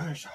よいしょ。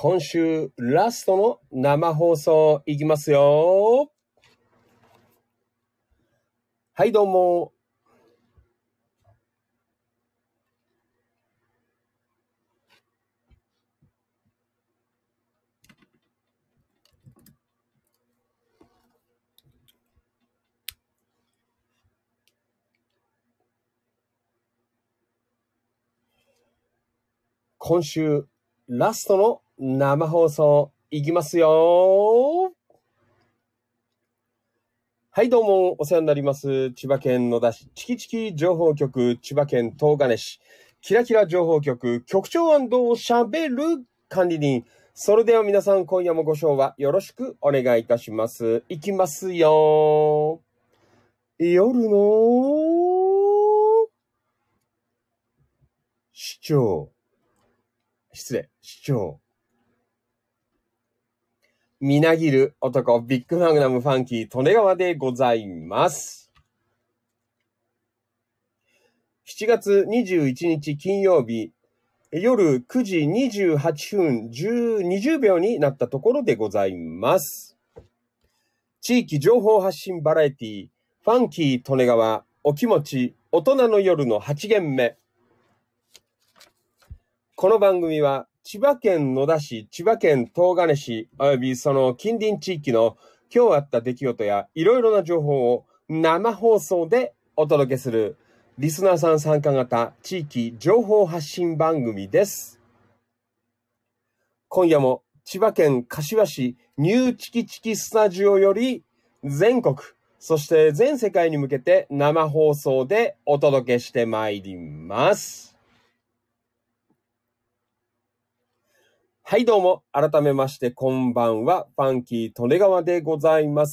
今週ラストの生放送いきますよ。はいどうも。今週ラストの生放送いきますよ。はいどうもお世話になります。千葉県野田市チキチキ情報局千葉県東金市キラキラ情報局局長&しゃべる管理人。それでは皆さん今夜もご唱和よろしくお願いいたします。いきますよ。夜の市長みなぎる男、ビッグマグナムファンキー、利根川でございます。7月21日金曜日、夜9時28分20秒になったところでございます。地域情報発信バラエティ、ファンキー利根川、お気持ち、大人の夜の8限目。この番組は、千葉県野田市、千葉県東金市、およびその近隣地域の今日あった出来事やいろいろな情報を生放送でお届けするリスナーさん参加型地域情報発信番組です。今夜も千葉県柏市ニューチキチキスタジオより全国、そして全世界に向けて生放送でお届けしてまいります。はいどうも、改めましてこんばんは、ファンキー利根川でございます。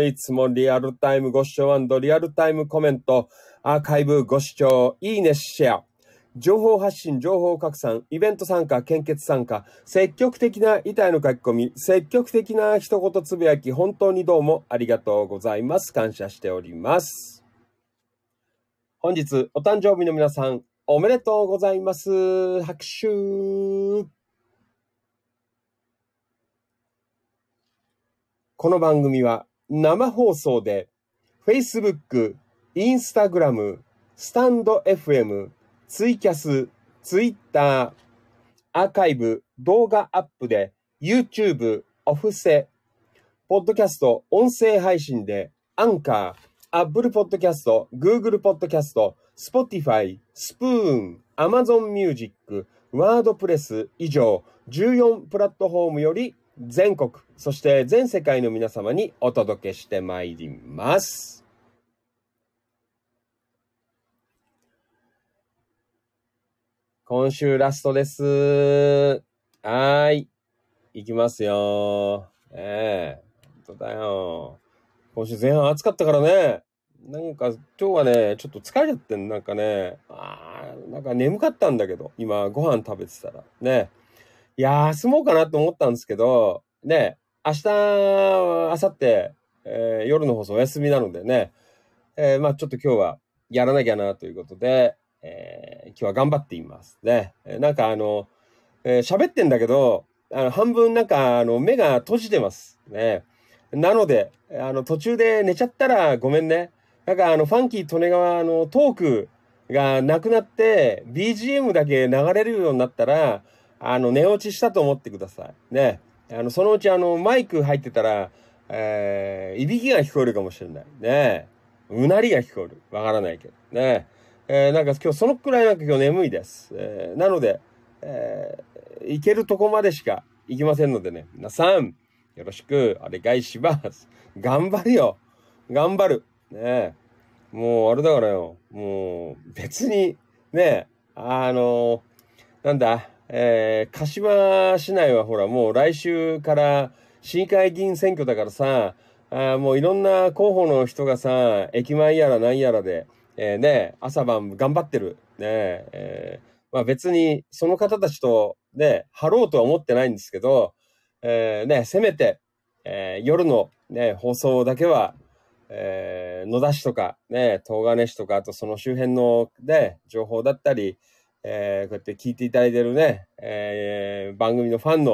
いつもリアルタイムご視聴&リアルタイムコメント、アーカイブご視聴、いいね、シェア、情報発信、情報拡散、イベント参加、献血参加、積極的な板への書き込み、積極的な一言つぶやき、本当にどうもありがとうございます。感謝しております。本日、お誕生日の皆さん、おめでとうございます。拍手。この番組は生放送で Facebook、Instagram、スタンド FM、ツイキャス、Twitter、アーカイブ、動画アップで YouTube、オフセ、ポッドキャスト、音声配信でアンカー、Apple Podcast、Google Podcast、Spotify、スプーン、Amazon Music、WordPress 以上14プラットフォームより全国、そして全世界の皆様にお届けしてまいります。今週ラストです。いきますよ。本当だよ。今週前半暑かったからね。なんか今日はね、ちょっと疲れちゃってん。なんかね、なんか眠かったんだけど、今ご飯食べてたら。ね。休もうかなと思ったんですけど、ね、明日、明後日、夜の放送お休みなのでね、まあちょっと今日はやらなきゃなということで、今日は頑張っていますね。なんか喋ってんだけど、半分なんか目が閉じてますね。なので、途中で寝ちゃったらごめんね。なんかファンキー利根川トークがなくなって、BGM だけ流れるようになったら、寝落ちしたと思ってください。ね。そのうちマイク入ってたら、いびきが聞こえるかもしれない。ね。うなりが聞こえる。わからないけど。ね。なんか今日そのくらいなんか今日眠いです。なので、行けるとこまでしか行きませんのでね。皆さん、よろしくお願いします。頑張るよ。頑張る。ね。もうあれだからよ。もう別に、ね、なんだ、柏市内はほらもう来週から市議会議員選挙だからさ、もういろんな候補の人がさ、駅前やら何やらで、ね、朝晩頑張ってる。ね、まあ別にその方たちとね、張ろうとは思ってないんですけど、ね、せめて、夜のね、放送だけは、野田市とかね、東金市とか、あとその周辺のね、情報だったり、こうやって聞いていただいてるね、番組のファンの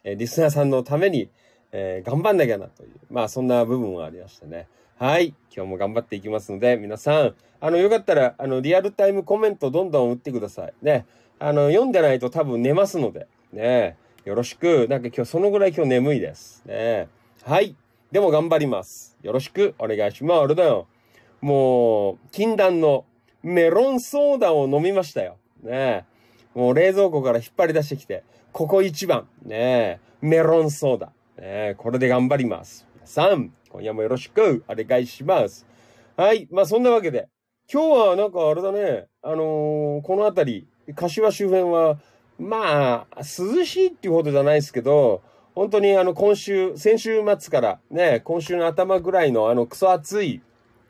リスナーさんのために、頑張んなきゃなという、まあそんな部分はありましてね。はい。今日も頑張っていきますので、皆さん、よかったら、リアルタイムコメントどんどん打ってください。ね。読んでないと多分寝ますので、ね。よろしく。なんか今日そのぐらい今日眠いです。ね。はい。でも頑張ります。よろしくお願いします。あれだよ。もう、禁断のメロンソーダを飲みましたよ。ね。もう冷蔵庫から引っ張り出してきて、ここ一番。ね。メロンソーダ。ね。これで頑張ります。皆さん、今夜もよろしくお願いします。はい。まあそんなわけで、今日はなんかあれだね。この辺り、柏周辺は、まあ、涼しいっていうほどじゃないですけど、本当に先週末からね、今週の頭ぐらいのクソ暑い、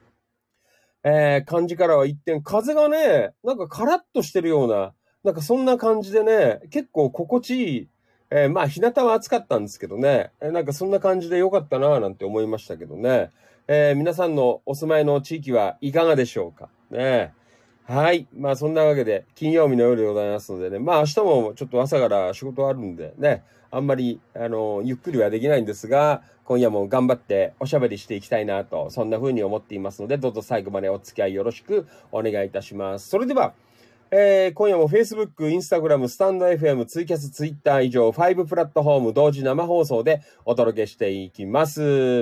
感じからは一転、風がね、なんかカラッとしてるような、なんかそんな感じでね、結構心地いい、まあ日向は暑かったんですけどね、なんかそんな感じで良かったなぁなんて思いましたけどね、皆さんのお住まいの地域はいかがでしょうかね。はい。まあそんなわけで、金曜日の夜でございますのでね、まあ明日もちょっと朝から仕事あるんでね、あんまり、ゆっくりはできないんですが、今夜も頑張っておしゃべりしていきたいなと、そんな風に思っていますので、どうぞ最後までお付き合いよろしくお願いいたします。それでは、今夜も Facebook、Instagram、スタンド FM、ツイキャス、Twitter 以上5プラットフォーム同時生放送でお届けしていきます。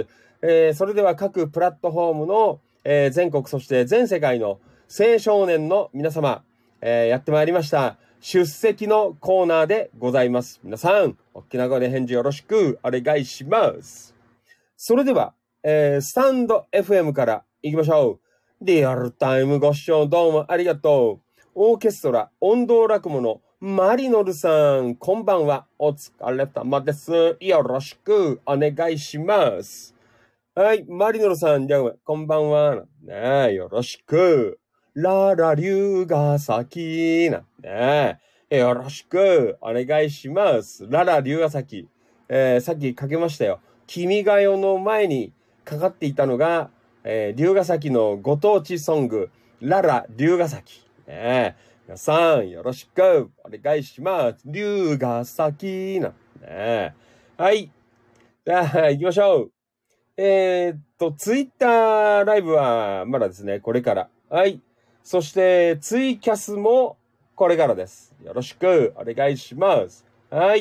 それでは各プラットフォームの、全国そして全世界の青少年の皆様、やってまいりました。出席のコーナーでございます。皆さん、大きな声で返事よろしくお願いします。それでは、スタンド FM から行きましょう。リアルタイムご視聴どうもありがとう。オーケストラ、音頭落語のマリノルさん、こんばんは。お疲れ様です。よろしくお願いします。はい、マリノルさん、じゃあ、こんばんは。ねえ、よろしく。ララ龍ヶ崎な。ねえ、よろしくお願いします。ララ龍ヶ崎。さっきかけましたよ。君が代の前にかかっていたのが、龍ヶ崎のご当地ソング、ララ龍ヶ崎。ねえ、皆さん、よろしくお願いします。龍ヶ崎な。ねえ。はい。じゃあ、行きましょう。ツイッターライブはまだですね、これから。はい。そして、ツイキャスもこれからです。よろしくお願いします。はい。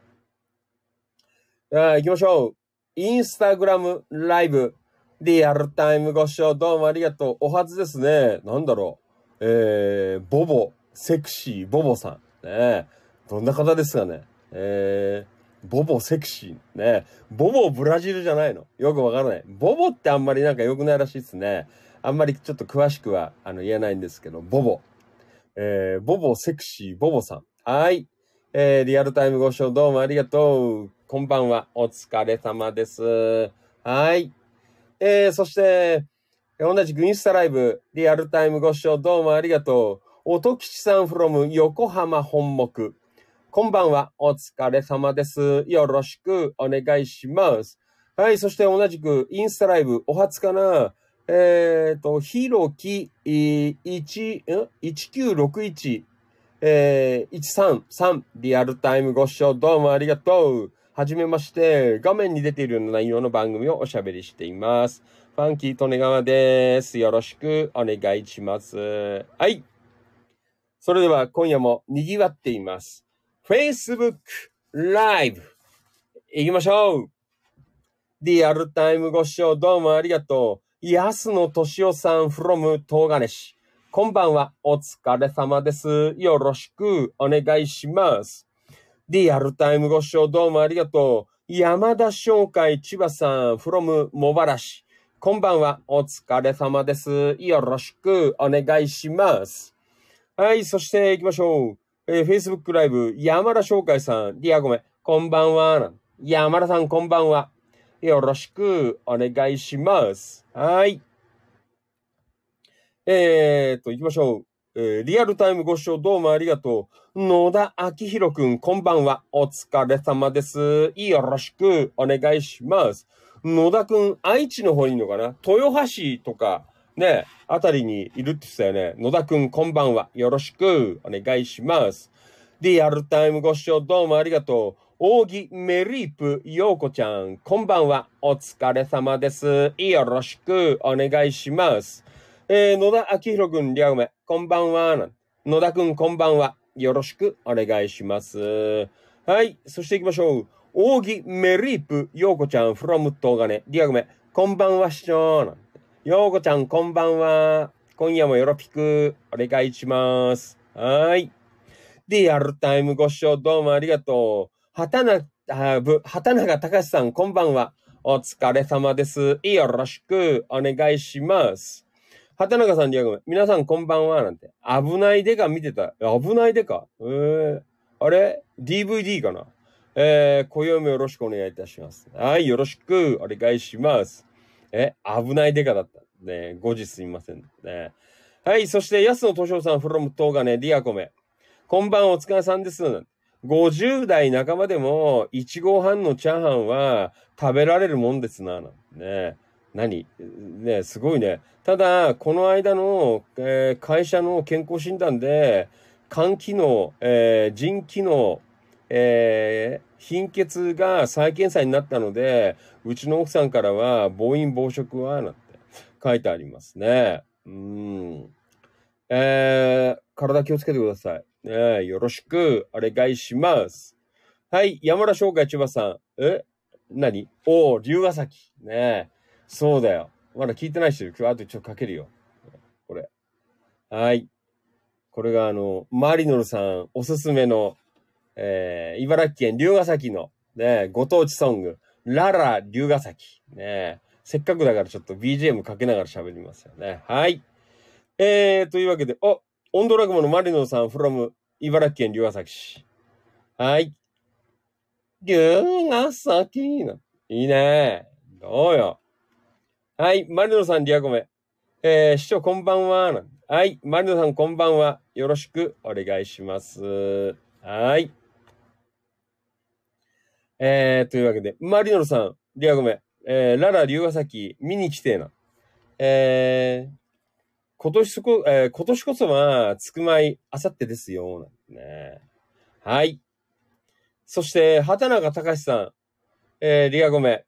行きましょう。インスタグラムライブ、リアルタイムご視聴どうもありがとう。おはずですね。なんだろう。ボボ、セクシーボボさん。ね。どんな方ですかね。ボボセクシー。ね。ボボブラジルじゃないの。よくわからない。ボボってあんまりなんか良くないらしいですね。あんまりちょっと詳しくは言えないんですけど、ボボ。ボボセクシーボボさん。はい。リアルタイムご視聴どうもありがとう。こんばんは。お疲れ様です。はい。そして、同じくインスタライブ、リアルタイムご視聴どうもありがとう。音吉さん from 横浜本木。こんばんは。お疲れ様です。よろしくお願いします。はい。そして同じくインスタライブ、お初かな。ひろき、1961、133、リアルタイムご視聴どうもありがとう。はじめまして、画面に出ているような内容の番組をおしゃべりしています。ファンキー利根川です。よろしくお願いします。はい。それでは今夜も賑わっています。Facebook ライブ行きましょう。リアルタイムご視聴どうもありがとう。安野俊夫さん from 東金市。こんばんは。お疲れ様です。よろしくお願いします。リアルタイムご視聴どうもありがとう。山田商会千葉さん from 茂原市。こんばんは。お疲れ様です。よろしくお願いします。はい。そして行きましょう。Facebook ライブ山田商会さん。ごめん。こんばんは。山田さんこんばんは。よろしくお願いします。はい。行きましょう。リアルタイムご視聴どうもありがとう。野田明宏くん、こんばんは。お疲れ様です。よろしくお願いします。野田くん、愛知の方にいるのかな？豊橋とか、ね、あたりにいるって言ってたよね。野田くん、こんばんは。よろしくお願いします。リアルタイムご視聴どうもありがと扇メリープようこちゃん、こんばんは。お疲れ様です。よろしくお願いします。野田明宏くん、りゃごめ、こんばんは。野田くん、こんばんは。よろしくお願いします。はい、そして行きましょう。扇メリープようこちゃん、from 東金、りゃごめ、こんばんは、市長。ようこちゃん、こんばんは。今夜もよろぴくお願いします。はい。リアルタイムご視聴どうもありがとう。畑中隆さん、こんばんは。お疲れ様です。よろしくお願いします。畑中さん、皆さんこんばんは。なんて。危ないデカ見てた。危ないデカあれ ?DVD かな今宵もよろしくお願いいたします。はい、よろしくお願いします。危ないデカだった。ね、後日すみません。ね。はい、そして、安野敏夫さん、from 東金、リアコメ。こんばんお疲れさんです。50代半ばでも、1合半のチャーハンは食べられるもんですな。ね。何ね、すごいね。ただ、この間の、会社の健康診断で、肝機能、腎機能、貧血が再検査になったので、うちの奥さんからは、暴飲暴食は、なんて書いてありますね。体気をつけてください。よろしくお願いします。はい、山田商会千葉さん。何龍ヶ崎。ねそうだよ。まだ聞いてない人いる。今日あとちょっとかけるよ。これ。はい。これがマリノルさんおすすめの、茨城県龍ヶ崎の、ねご当地ソング、ララ龍ヶ崎。ねせっかくだからちょっと BGM かけながら喋りますよね。はい。というわけで、オンドラグモのマリノルさん from 茨城県龍ヶ崎市。はい。龍ヶ崎の。いいね。どうよ。はい。マリノルさん、リアコメ。市長こんばんは。はい。マリノルさん、こんばんは。よろしくお願いします。はい。というわけで、マリノルさん、リアコメ。ララ龍ヶ崎見に来てえな。今年こそは、つくまい、あさってですよ。ね。はい。そして、畑中隆さん、リアゴメ。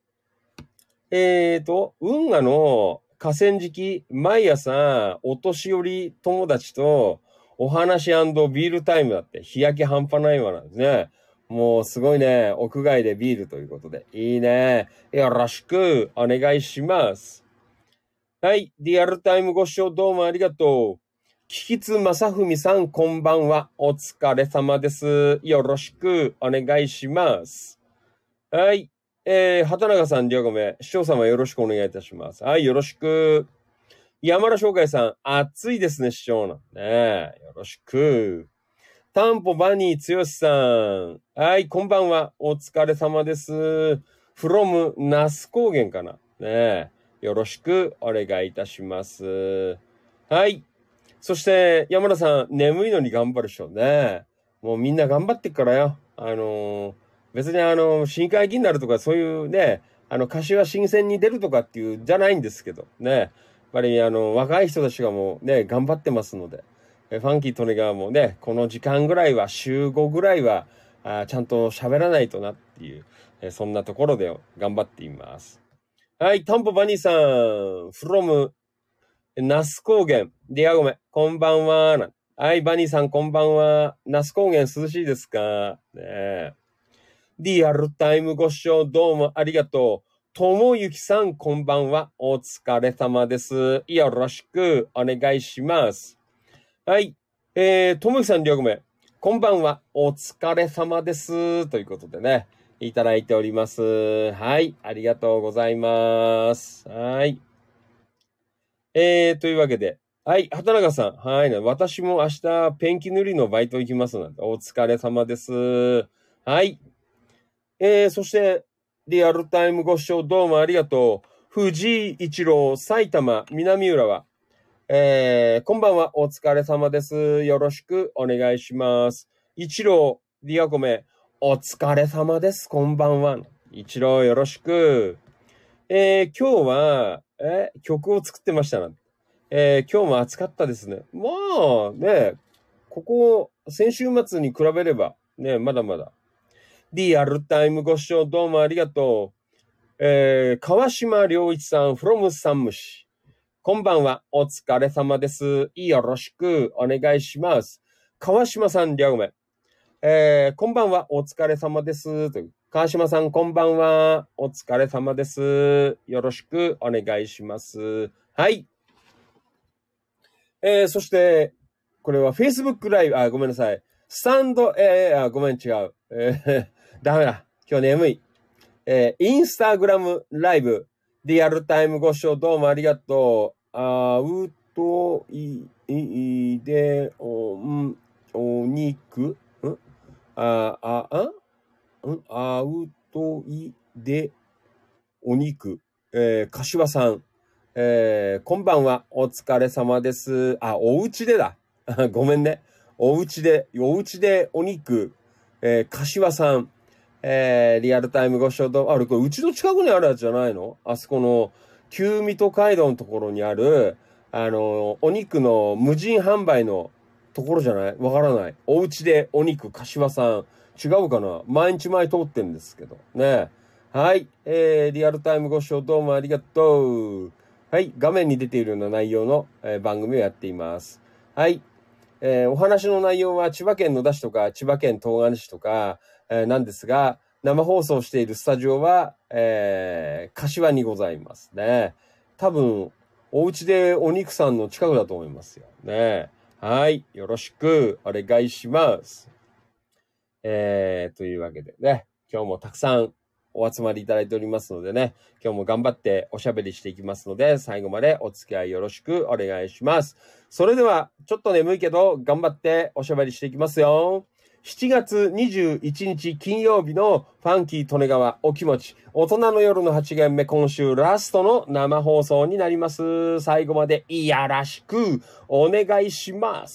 運河の河川敷、毎朝、お年寄り友達と、お話&ビールタイムだって、日焼け半端ないわなんですね。もうすごいね、屋外でビールということで。いいね。よろしくお願いします。はい。リアルタイムご視聴どうもありがとう。菊津正文さん、こんばんは。お疲れ様です。よろしくお願いします。はい。畑中さん、りょうごめ。市長様よろしくお願いいたします。はい、よろしく。山田翔海さん、暑いですね、市長の。ねよろしく。タンポバニー剛さん。はい、こんばんは。お疲れ様です。from 那須高原かな。ねよろしくお願いいたします。はい。そして、山田さん、眠いのに頑張るでしょね。もうみんな頑張ってっからよ。別に市会議員になるとかそういうね、柏新選に出るとかっていうじゃないんですけど、ね。やっぱり若い人たちがもうね、頑張ってますので、ファンキー利根川もね、この時間ぐらいは、週5ぐらいは、ちゃんと喋らないとなっていう、そんなところで頑張っています。はい、タンポバニーさん、from 那須高原、リアゴメ、こんばんは。はい、バニーさん、こんばんは。那須高原涼しいですかねリアルタイムご視聴どうもありがとう。ともゆきさん、こんばんは。お疲れ様です。よろしくお願いします。はい。ともゆきさん、りょうごめ。こんばんは。お疲れ様です。ということでね、いただいております。はい。ありがとうございます。はい。というわけで、はい。畑中さん。はい。私も明日、ペンキ塗りのバイト行きますので、お疲れ様です。はい。そして、リアルタイムご視聴どうもありがとう。藤井一郎、埼玉、南浦和。こんばんは、お疲れ様です。よろしくお願いします。一郎、リアコメ、お疲れ様です。こんばんは。一郎、よろしく。今日は、曲を作ってましたな。今日も暑かったですね。まあね、先週末に比べれば、ね、まだまだ。 リアルタイムご視聴どうもありがとう。川島良一さん from 山武市。こんばんは。お疲れ様です。よろしくお願いします。川島さん、りゃごめん。こんばんは。お疲れ様です。川島さん、こんばんは。お疲れ様です。よろしくお願いします。はい。そして、これは Facebook ライブ、ごめんなさい。スタンド、ごめん、違う。ダメだ。今日眠い。インスタグラムライブ、リアルタイムご視聴どうもありがとう。お肉アウトイでお肉。柏さん。こんばんは。お疲れ様です。お家でだ。ごめんね。お家でお肉。柏さん。リアルタイムご視聴どうも、これうちの近くにあるやつじゃないの？あそこの、旧水戸街道のところにある、お肉の無人販売のところじゃない？わからない。お家でお肉、柏さん。違うかな？毎日前通ってんですけど。ね。はい。リアルタイムご視聴どうもありがとう。はい。画面に出ているような内容の、番組をやっています。はい。お話の内容は千葉県野田市とか千葉県東金市とか、なんですが、生放送しているスタジオは、柏にございますね。多分、お家でお肉さんの近くだと思いますよ。ね。はい。よろしくお願いします。というわけでね、今日もたくさんお集まりいただいておりますのでね、今日も頑張っておしゃべりしていきますので、最後までお付き合いよろしくお願いします。それでは、ちょっと眠いけど、頑張っておしゃべりしていきますよ。7月21日金曜日のファンキー利根川お気持ち、大人の夜の8限目、今週ラストの生放送になります。最後までいやらしくお願いします。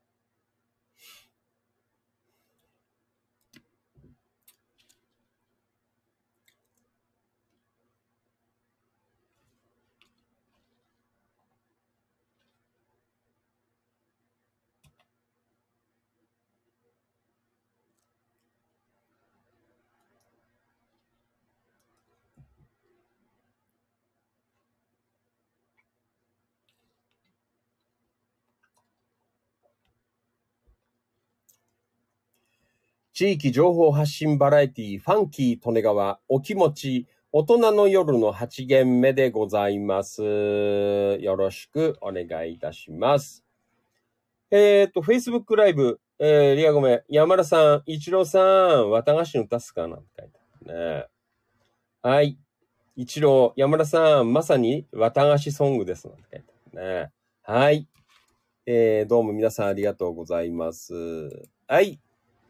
地域情報発信バラエティファンキー利根川お気持ち大人の夜の8限目でございます。よろしくお願いいたします。Facebook ライブ、リアごめん、山田さん、一郎さん、綿菓子の歌すかなんて書いてあるね。はい。一郎、山田さん、まさに綿菓子ソングですなんて書いてあるね。はい。どうも皆さんありがとうございます。はい。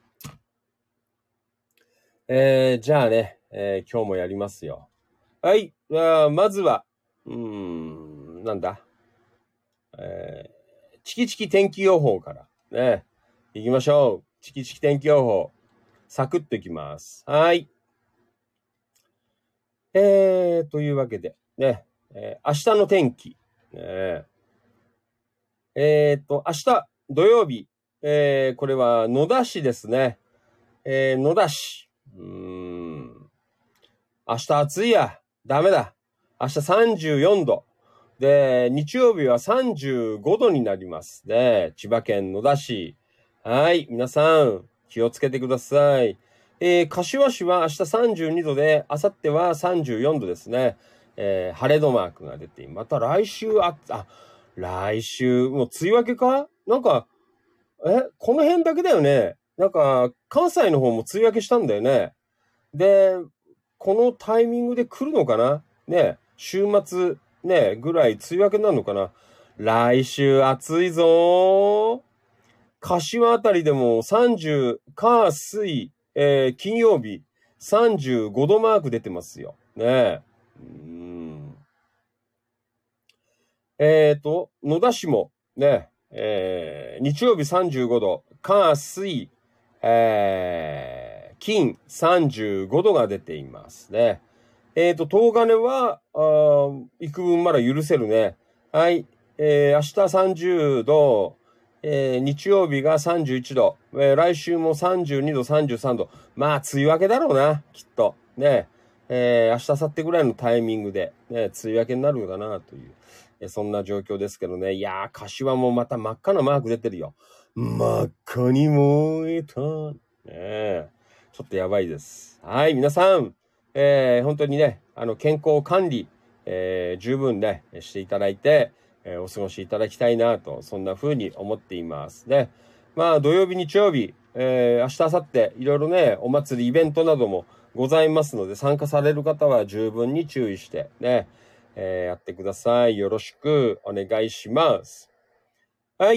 じゃあね、今日もやりますよ。はい。まずは、なんだ。チキチキ天気予報からね、行きましょう。チキチキ天気予報。サクッといきます。はい。というわけで、ね、明日の天気。明日土曜日、これは野田市ですね。野田市。明日暑いや。ダメだ。明日34度。で、日曜日は35度になりますね。千葉県野田市。はい。皆さん、気をつけてください。柏市は明日32度で、明後日は34度ですね。晴れのマークが出ています。また来週来週、もう梅雨明けかなんか、この辺だけだよね。なんか、関西の方も梅雨明けしたんだよね。で、このタイミングで来るのかなね、週末ね、ぐらい梅雨明けになるのかな。来週暑いぞー。柏あたりでも30、火、水、金曜日35度マーク出てますよ。ね野田市もね、日曜日35度、火、水、金35度が出ていますね。東金は、幾分まだ許せるね。はい。明日30度、 日曜日が31度、来週も32度、33度。まあ、梅雨明けだろうな、きっと。ね、明日、明後日ぐらいのタイミングで、ね、梅雨明けになるのかな、という、そんな状況ですけどね。いやー、柏もまた真っ赤なマーク出てるよ。真っ赤に燃えた。ね、ちょっとやばいです。はい、皆さん、本当にね、健康管理、十分ね、していただいて、お過ごしいただきたいなと、そんな風に思っていますね。まあ、土曜日、日曜日、明日、明後日、いろいろね、お祭り、イベントなどもございますので、参加される方は十分に注意してね、やってください。よろしくお願いします。はい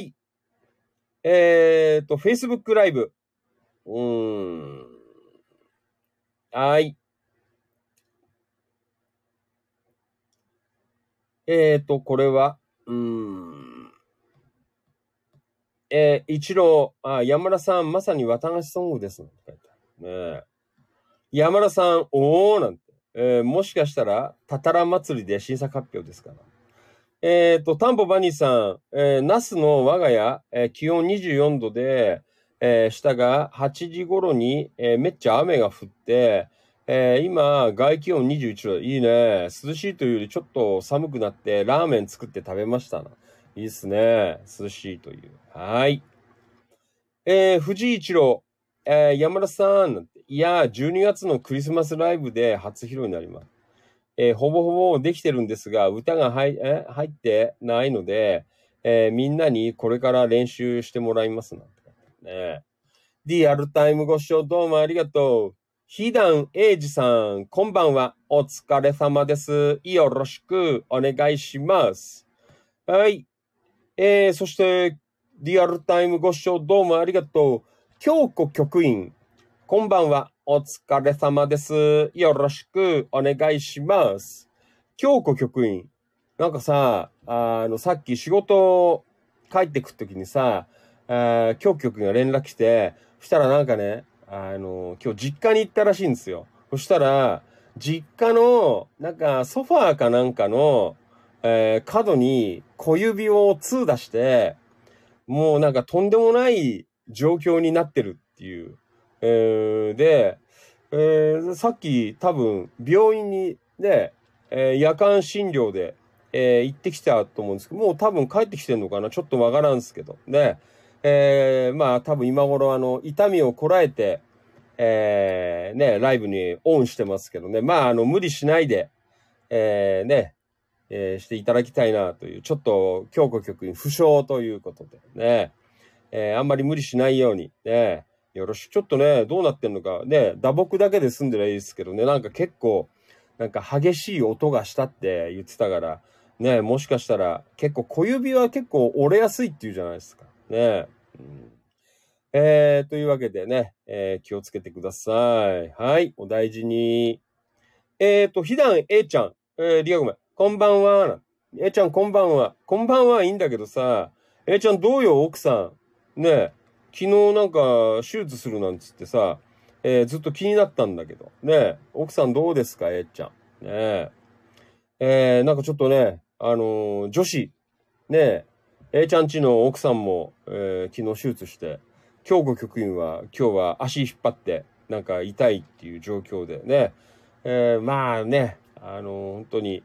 。Facebook ライブ。はい。これは、一郎、山田さん、まさに綿菓子ソングです。ねえ。山田さん、おーなんて。もしかしたら、たたら祭りで審査発表ですから。タンポバニーさん、那須の我が家、気温24度で、下が8時頃に、めっちゃ雨が降って、今、外気温21度。いいね。涼しいというよりちょっと寒くなって、ラーメン作って食べましたな。いいっすね。涼しいという。はい。藤井一郎、山田さん、いや、12月のクリスマスライブで初披露になります。ほぼほぼできてるんですが、歌が入ってないので、みんなにこれから練習してもらいますなんてね。リアルタイムご視聴どうもありがとう。ひだんえいじさん、こんばんは。お疲れ様です。よろしくお願いします。はい。そして、リアルタイムご視聴どうもありがとう。京子局員、こんばんは。お疲れ様です。よろしくお願いします。京子局員、なんかさ、さっき仕事帰ってくるときにさ、京子局員が連絡来て、そしたらなんかね、今日実家に行ったらしいんですよ。そしたら、実家の、なんかソファーかなんかの、角に小指を2出して、もうなんかとんでもない状況になってるっていう。で、さっき多分病院にね、夜間診療で、行ってきたと思うんですけど、もう多分帰ってきてんのかなちょっとわからんですけど。ね、まあ多分今頃痛みをこらえて、ね、ライブにオンしてますけどね。まあ無理しないで、ね、していただきたいなという、ちょっと京子局員不詳ということでね、あんまり無理しないようにね、よろしく。ちょっとね、どうなってんのかね、打撲だけで済んでりゃいいですけどね、なんか結構、なんか激しい音がしたって言ってたから、ね、もしかしたら結構小指は結構折れやすいっていうじゃないですか。ね。というわけでね、気をつけてください。はい、お大事に。ひだん A ちゃん、リアごめん。こんばんは。A ちゃんこんばんは。こんばんはいいんだけどさ、A ちゃんどうよ、奥さん。ね昨日なんか手術するなんつってさ、ずっと気になったんだけど。ね奥さんどうですか、A ちゃん。ねなんかちょっとね、女子、ね A ちゃんちの奥さんも、昨日手術して、京子局員は今日は足引っ張って、なんか痛いっていう状況でね、まあね、本当に、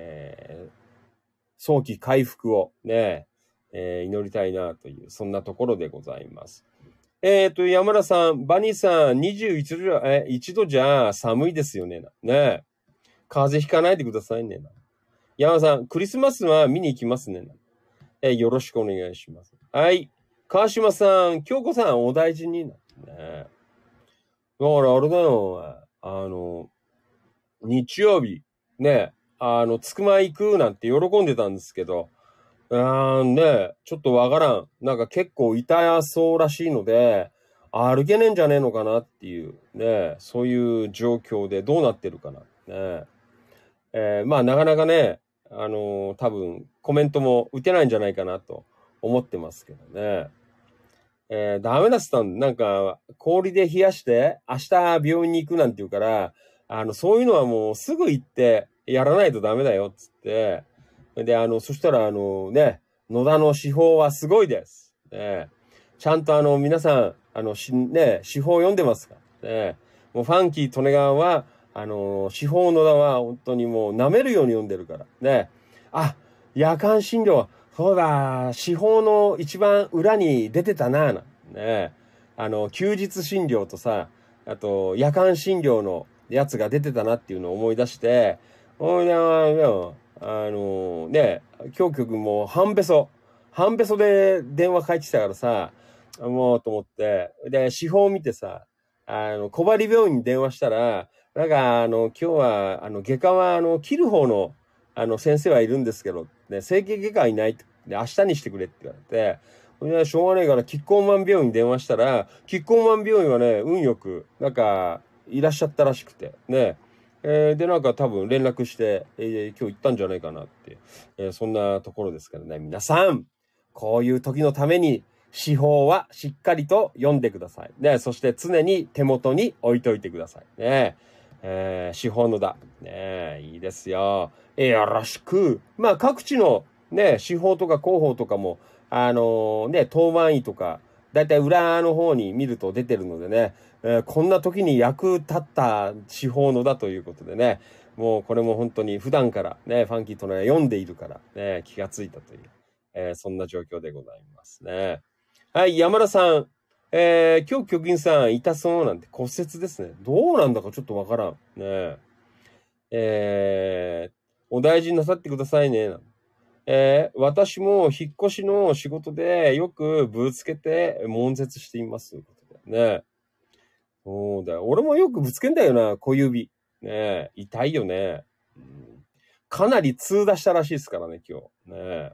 早期回復をね、祈りたいなという、そんなところでございます。山田さん、バニーさん、21度じゃ、1度じゃ寒いですよね。ね。風邪ひかないでくださいね。山田さん、クリスマスは見に行きますね。よろしくお願いします。はい。川島さん、京子さん、お大事に。ね。だからあれだよ、日曜日、ね、つくま行くなんて喜んでたんですけど、ね、ちょっとわからん。なんか結構痛そうらしいので、歩けねえんじゃねえのかなっていう、ね、そういう状況でどうなってるかな。ね。まあなかなかね、多分コメントも打てないんじゃないかなと思ってますけどね。ダメだっつったんなんか氷で冷やして明日病院に行くなんて言うから、そういうのはもうすぐ行ってやらないとダメだよっつって。で、そしたらね、野田の司法はすごいです。 ね、ちゃんと皆さん、司法読んでますかね。もうファンキー・利根川は、司法野田は本当にもう舐めるように読んでるから。ね。あ、夜間診療、そうだ、司法の一番裏に出てたな、ね。休日診療とさ、あと、夜間診療のやつが出てたなっていうのを思い出して、ね、今日局も半べそで電話返ってきたからさ、もうと思って、で、司法見てさ、小針病院に電話したら、なんか、今日は、外科は、切る方の、先生はいるんですけど、ね、整形外科はいないって、で、明日にしてくれって言われて、しょうがないから、キッコーマン病院に電話したら、キッコーマン病院はね、運よく、なんか、いらっしゃったらしくて、ね。で、なんか多分連絡して、今日行ったんじゃないかなって、そんなところですからね。皆さん、こういう時のために、司法はしっかりと読んでください。ね、そして常に手元に置いといてください。ね。司法のだ。ね、いいですよ。よろしく。まあ、各地のね、司法とか広報とかも、当番医とか、だいたい裏の方に見ると出てるのでね、こんな時に役立った司法のだということでね、もうこれも本当に普段からね、ファンキーとね、読んでいるからね、気がついたという、そんな状況でございますね。はい、山田さん。今日局員さん痛そうなんて骨折ですね。どうなんだかちょっとわからん。ねお大事になさってくださいね。私も引っ越しの仕事でよくぶつけて悶絶しています。ね。そうだよ。俺もよくぶつけんだよな、小指。ね。痛いよね。かなり痛打したらしいですからね、今日。ね。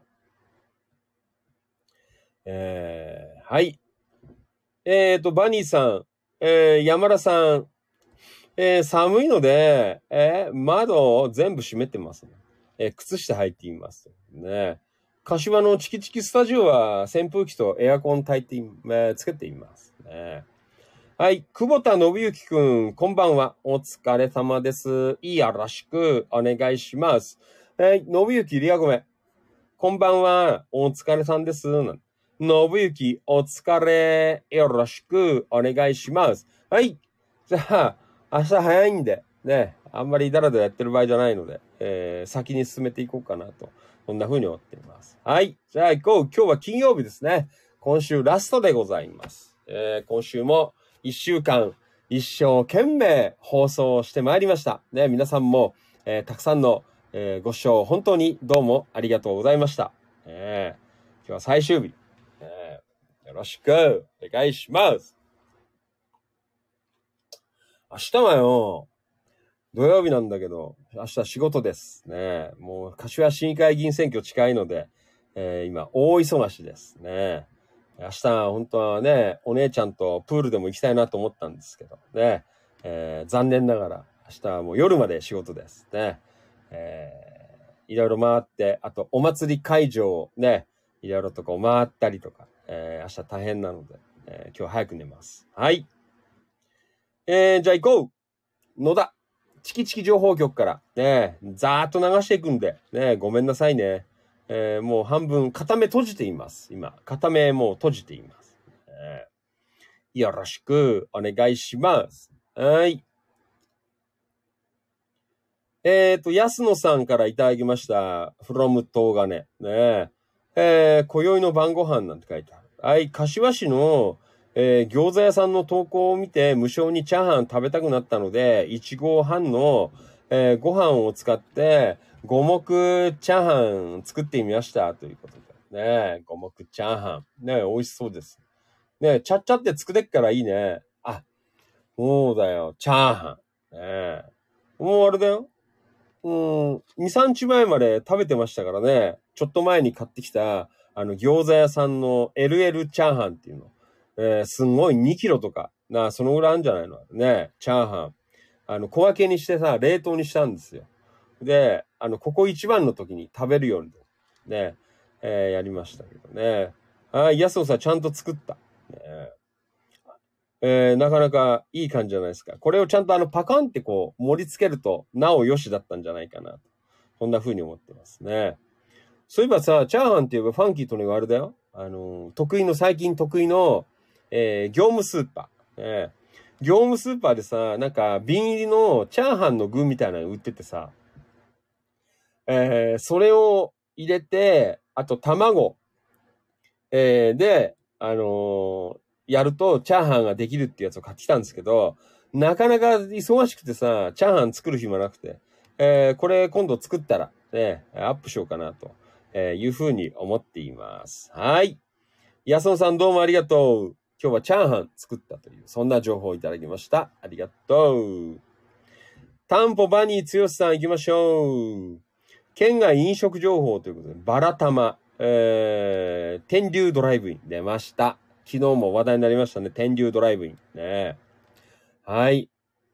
はい。バニーさん、山田さん、寒いので、窓を全部閉めてますね。靴下履いています。ね。柏のチキチキスタジオは扇風機とエアコンつけていますね。はい。久保田信之くん、こんばんは。お疲れ様です。よろしくお願いします。信之、リアごめん。こんばんは。お疲れさんです。信之、お疲れ。よろしくお願いします。はい。じゃあ、明日早いんで、ね、あんまりダラダラやってる場合じゃないので、先に進めていこうかなと、そんな風に思っています。はい。じゃあ行こう。今日は金曜日ですね。今週ラストでございます。今週も一週間、一生懸命放送してまいりました。ね、皆さんも、たくさんの、ご視聴本当にどうもありがとうございました。今日は最終日、よろしくお願いします。明日はよ、土曜日なんだけど、明日仕事ですね。もう柏市議会議員選挙近いので、今大忙しですね。明日本当はね、お姉ちゃんとプールでも行きたいなと思ったんですけどね、残念ながら明日はもう夜まで仕事ですね。いろいろ回って、あとお祭り会場をね、いろいろとこう回ったりとか、明日大変なので、今日早く寝ます。はい。じゃあ行こう野田チキチキ情報局からね、ざーっと流していくんで、ね、ごめんなさいね。もう半分片目閉じています。今、片目もう閉じています。よろしくお願いします。はい。安野さんからいただきました。from 東金。ね今宵の晩ご飯なんて書いてある。はい、柏市の、餃子屋さんの投稿を見て無性にチャーハン食べたくなったので、1合半の、ご飯を使って五目チャーハン作ってみましたということで。ね五目チャーハン。ね美味しそうです。ねちゃっちゃって作れっからいいね。あ、そうだよ。チャーハン。ねもうあれだよ。2、3日前まで食べてましたからね。ちょっと前に買ってきた、餃子屋さんの LL チャーハンっていうの。すんごい2キロとか。そのぐらいあるんじゃないのね。チャーハン。小分けにしてさ、冷凍にしたんですよ。で、ここ一番の時に食べるように。ね。やりましたけどね。安尾さんちゃんと作った。ねなかなかいい感じじゃないですか。これをちゃんとパカンってこう盛り付けるとなおよしだったんじゃないかなと。そんな風に思ってますね。 そういえばさ、チャーハンって言えばファンキーとねがあれだよ。最近得意の、業務スーパー。業務スーパーでさ、なんか瓶入りのチャーハンの具みたいなの売っててさ、それを入れて、あと卵、で、やるとチャーハンができるってやつを買ってきたんですけど、なかなか忙しくてさ、チャーハン作る暇なくて、これ今度作ったら、ね、アップしようかなと、いうふうに思っています。はい。安野さんどうもありがとう。今日はチャーハン作ったという、そんな情報をいただきました。ありがとう。タンポバニー剛さん行きましょう。県外飲食情報ということで、バラタマ、天竜ドライブイン出ました。昨日も話題になりましたね。天竜ドライブイン。ね。はい。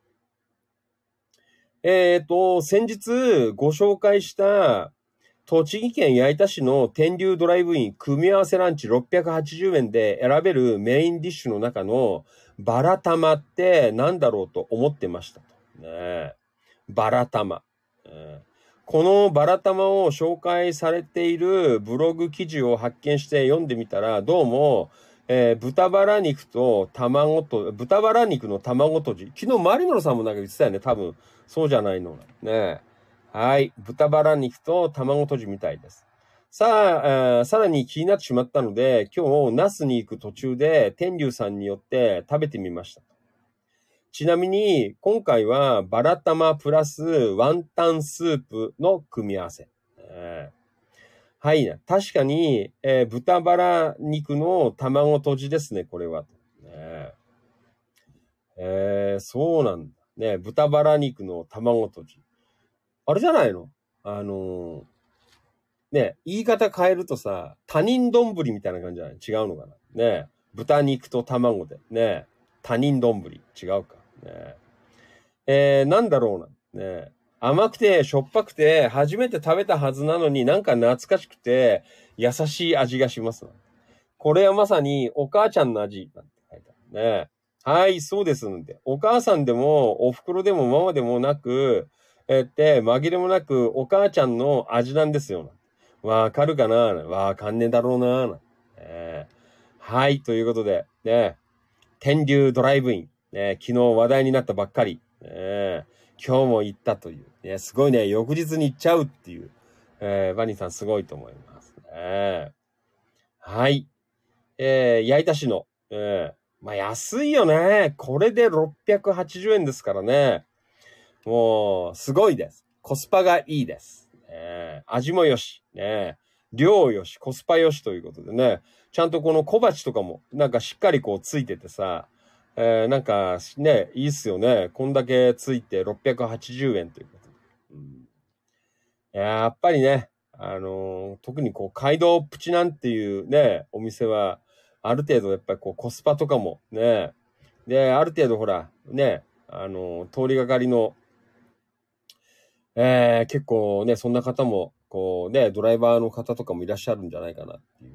先日ご紹介した栃木県矢板市の天竜ドライブイン組み合わせランチ680円で選べるメインディッシュの中のバラタマって何だろうと思ってました。ね。バラタマ。このバラタマを紹介されているブログ記事を発見して読んでみたら、どうも、豚バラ肉の卵とじ。昨日マリノルさんもなんか言ってたよね。多分、そうじゃないの。ね。はい。豚バラ肉と卵とじみたいです。さあ、さらに気になってしまったので、今日、那須に行く途中で、天竜さんによって食べてみました。ちなみに、今回はバラ玉プラスワンタンスープの組み合わせ。はい。確かに、豚バラ肉の卵とじですね、これは。そうなんだ。ね、豚バラ肉の卵とじ。あれじゃないの？ね、言い方変えるとさ、他人丼みたいな感じじゃない？違うのかな？ね、豚肉と卵で。ね、他人丼。違うか。ね、なんだろうな。ね、甘くてしょっぱくて初めて食べたはずなのになんか懐かしくて優しい味がします。これはまさにお母ちゃんの味なんて書いてあるね。はい、そうですので。お母さんでもお袋でもママでもなく、紛れもなくお母ちゃんの味なんですよ。わかるかな？わかんねえだろうな。はい、ということで、ね、天竜ドライブイン、ね、昨日話題になったばっかり、今日も行ったという、ね、すごいね、翌日に行っちゃうっていう、バニーさんすごいと思いますね。はい。矢板市の、まあ安いよね。これで680円ですからね。もう、すごいです。コスパがいいです。味もよし、量よし、コスパよしということでね。ちゃんとこの小鉢とかも、なんかしっかりこうついててさ、なんかね、いいっすよね。こんだけついて680円ということで。やっぱりね、特にこう、街道プチなんていうね、お店は、ある程度やっぱりこう、コスパとかもね、で、ある程度ほら、ね、通りがかりの結構ね、そんな方も、こうね、ドライバーの方とかもいらっしゃるんじゃないかなっていう、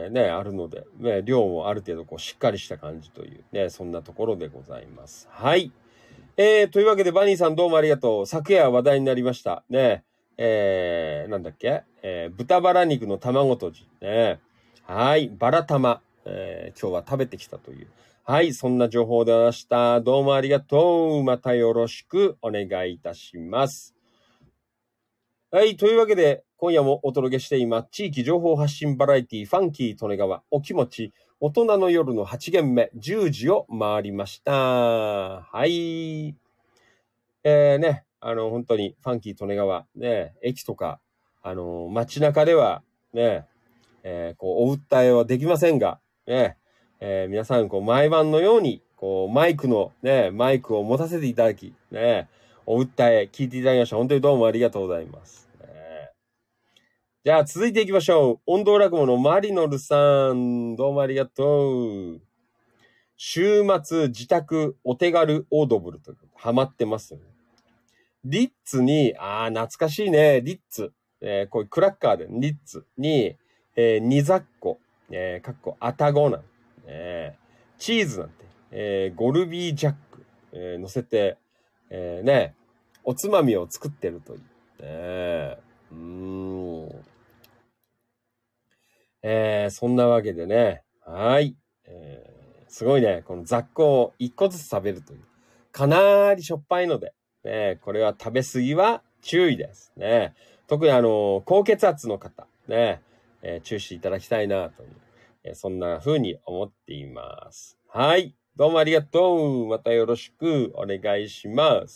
ね、あるので、ね、量もある程度こうしっかりした感じというね、そんなところでございます。はい。というわけでバニーさんどうもありがとう。昨夜話題になりました。ね、なんだっけ、豚バラ肉の卵とじ。ね。はい。バラ玉。今日は食べてきたという。はい。そんな情報でました。どうもありがとう。またよろしくお願いいたします。はい。というわけで、今夜もお届けしています。地域情報発信バラエティファンキー利根川お気持ち大人の夜の8限目10時を回りました。はい。ね、本当にファンキー利根川、ね、駅とか、街中では、ね、こう、お訴えはできませんが、ね、皆さん、こう、毎晩のように、こう、マイクを持たせていただき、ね、お訴え、聞いていただきました。本当にどうもありがとうございます。じゃあ、続いていきましょう。音頭落語のマリノルさん、どうもありがとう。週末、自宅、お手軽オードブルという、ハマってますよね。リッツに、懐かしいね、リッツ。こういうクラッカーで、リッツに、ニザッコ、かっこ、アタゴナン、チーズなんて、ゴルビージャック、乗せて、ね、おつまみを作ってるという。 そんなわけでね。はい。すごいね。この雑魚を1個ずつ食べるという。かなりしょっぱいので、ね、これは食べ過ぎは注意ですね。特に高血圧の方、ね、注意していただきたいなという、そんな風に思っています。はい。どうもありがとう。またよろしくお願いします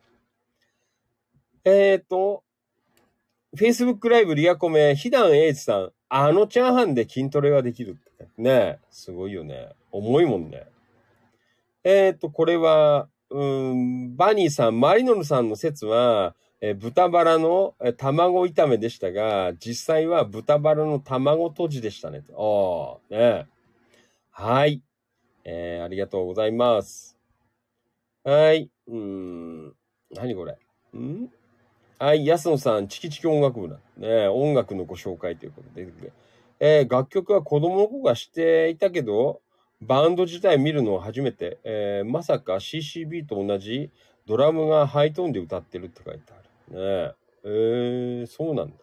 。Facebook ライブリアコメ、ひだんえいちさん、チャーハンで筋トレができるってね。すごいよね。重いもんね。これは、バニーさん、マリノルさんの説は、豚バラの卵炒めでしたが、実際は豚バラの卵とじでしたね。ね。はい。ありがとうございます。はい。何これはい、安野さん、チキチキ音楽部だ。ね、音楽のご紹介ということで。楽曲は子供の子が知っていたけど、バンド自体見るのは初めて。まさか CCB と同じドラムがハイトーンで歌ってるって書いてある。ねそうなんだ。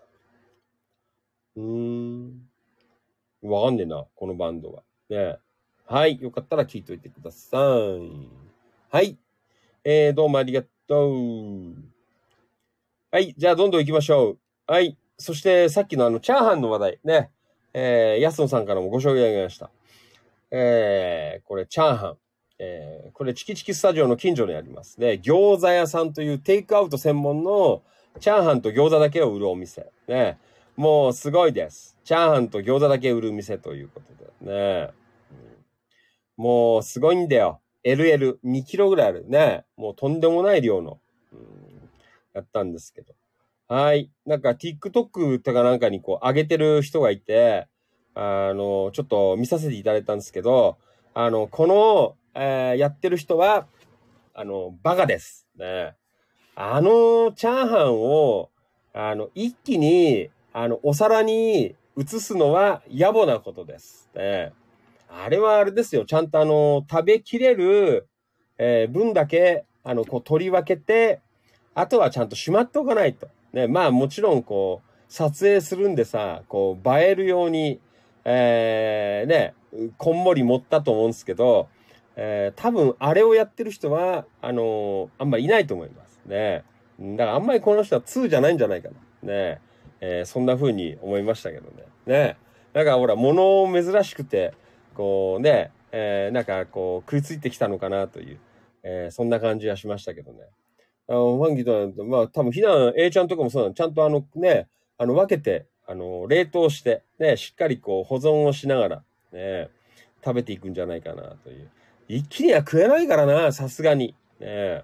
わかんねえな、このバンドは。ねはい、よかったら聞いといてください。はい。どうもありがとう。はい。じゃあ、どんどん行きましょう。はい。そして、さっきのチャーハンの話題ね。安野さんからもご紹介あげました。これ、チャーハン。これ、チキチキスタジオの近所にありますね。餃子屋さんというテイクアウト専門のチャーハンと餃子だけを売るお店。ね。もう、すごいです。チャーハンと餃子だけ売る店ということでね。もう、すごいんだよ。2キロぐらいあるね。もう、とんでもない量の。やったんですけど。はい。なんか TikTok とかなんかにこう上げてる人がいて、ちょっと見させていただいたんですけど、この、やってる人は、バカです。ね。チャーハンを、一気に、お皿に移すのは野暮なことです。ね。あれはあれですよ。ちゃんと食べきれる、分だけ、こう取り分けて、あとはちゃんとしまっておかないと。ね、まあもちろんこう、撮影するんでさ、こう、映えるように、ね、こんもり持ったと思うんですけど、多分あれをやってる人は、あんまりいないと思いますね。だからあんまりこの人は2じゃないんじゃないかな。ね、そんな風に思いましたけどね。ね。だからほら、物珍しくて、こうね、なんかこう、食いついてきたのかなという、そんな感じがしましたけどね。ファンキーとなんて、まあ多分、ひな A ちゃんとかもそうなの。ちゃんとね、分けて、冷凍して、ね、しっかりこう保存をしながら、ね、食べていくんじゃないかなという。一気には食えないからな、さすがに。ね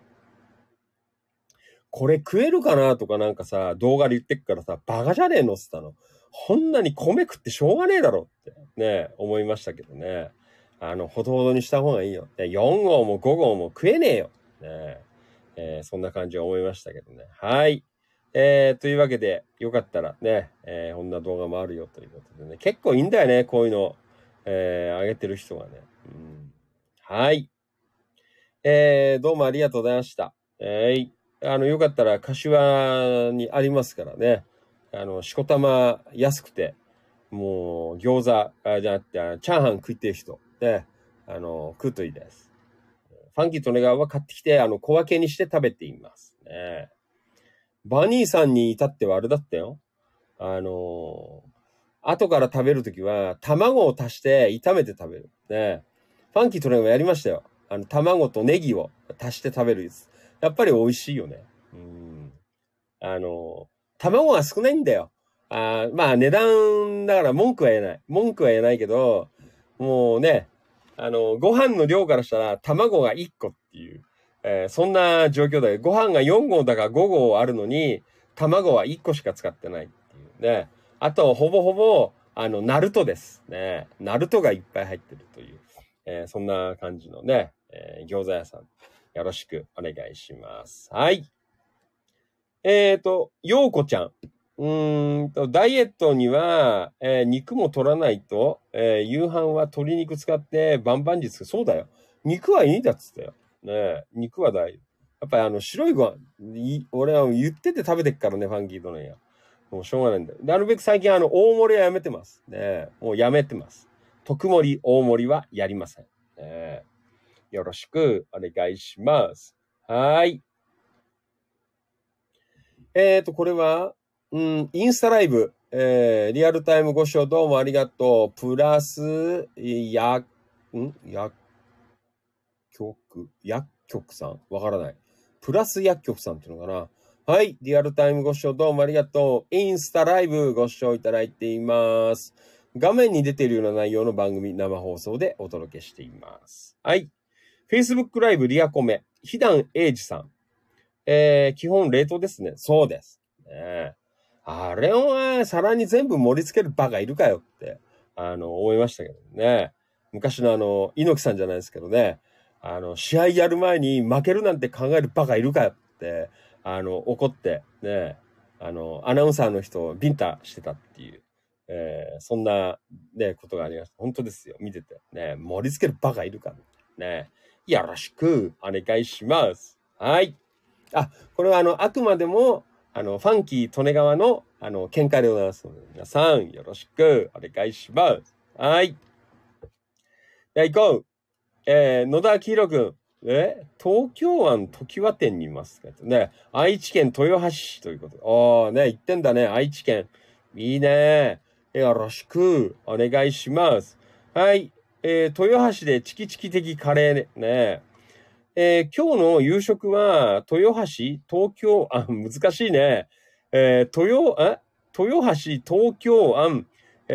これ食えるかなとかなんかさ、動画で言ってくからさ、バカじゃねえのって言ったの。こんなに米食ってしょうがねえだろってね、思いましたけどね。ほどほどにした方がいいよ。4号も5号も食えねえよ。ねそんな感じは思いましたけどね。はい。というわけで、よかったらね、こんな動画もあるよということでね。結構いいんだよね、こういうの、上げてる人がね。はい。どうもありがとうございました。よかったら、柏にありますからね。しこたま安くて、もう、餃子、じゃなくて、チャーハン食いてる人、ね、食うといいです。ファンキーとネガーは買ってきて、小分けにして食べています。ね。バニーさんに至ってはあれだったよ。後から食べるときは、卵を足して炒めて食べる。ね。ファンキーとネガーもやりましたよ。卵とネギを足して食べるやつ。やっぱり美味しいよね。卵が少ないんだよ。まあ値段だから文句は言えない。文句は言えないけど、もうね、ご飯の量からしたら卵が1個っていう、そんな状況だよ。ご飯が4合だか5合あるのに、卵は1個しか使ってないっていうね。あと、ほぼほぼ、ナルトですね。ナルトがいっぱい入ってるという、そんな感じのね、餃子屋さん。よろしくお願いします。はい。ようこちゃん。ダイエットには、肉も取らないと、夕飯は鶏肉使ってバンバンジーそうだよ。肉はいいんだっつったよ。ね肉は大丈夫。やっぱり白いご飯、俺は言ってて食べてっからね、ファンキーとのや。 もうしょうがないんだよ。なるべく最近大盛りはやめてます。ね、もうやめてます。特盛り、大盛りはやりません。ね、よろしくお願いします。はい。これは、インスタライブ、リアルタイムご視聴どうもありがとう。プラス、薬局さんわからない。プラス薬局さんっていうのかな。はい。リアルタイムご視聴どうもありがとう。インスタライブご視聴いただいています。画面に出ているような内容の番組、生放送でお届けしています。はい。Facebook ライブリアコメ、ひだんえいじさん。基本冷凍ですね。そうです。あれを皿に全部盛り付けるバカいるかよって、思いましたけどね。昔の猪木さんじゃないですけどね。試合やる前に負けるなんて考えるバカいるかよって、怒って、ね、アナウンサーの人をビンタしてたっていう、そんな、ね、ことがありました。本当ですよ。見てて。ね、盛り付けるバカいるかね。よろしくお願いします。はい。これはあくまでも、ファンキー利根川の、見解でございますので、皆さん、よろしくお願いします。はい。じゃあ行こう。野田明宏くん。東京湾常盤店にいますね。愛知県豊橋市ということで。行ってんだね、愛知県。いいね。よろしくお願いします。はい。豊橋でチキチキ的カレーね。今日の夕食は、豊橋、東京、難しいね。豊橋、東京湾、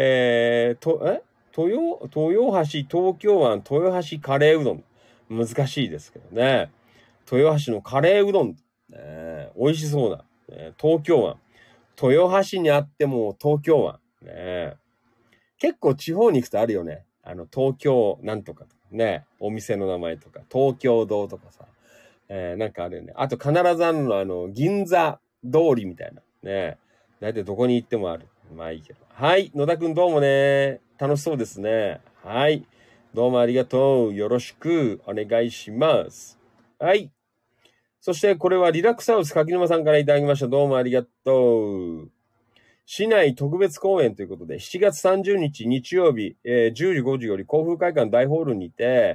豊橋、東京湾、豊橋カレーうどん。難しいですけどね。豊橋のカレーうどん。美味しそうだ。東京湾。豊橋にあっても東京湾。結構地方に行くとあるよね。東京なんとかとかね。お店の名前とか、東京堂とかさ。なんかあるよね。あと必ずあるの銀座通りみたいな。ね。だいたいどこに行ってもある。まあいいけど。はい。野田くんどうもね。楽しそうですね。はい。どうもありがとう。よろしくお願いします。はい。そしてこれはリラックスハウス柿沼さんからいただきました。どうもありがとう。市内特別公演ということで、7月30日日曜日、10時5時より甲府会館大ホールにて、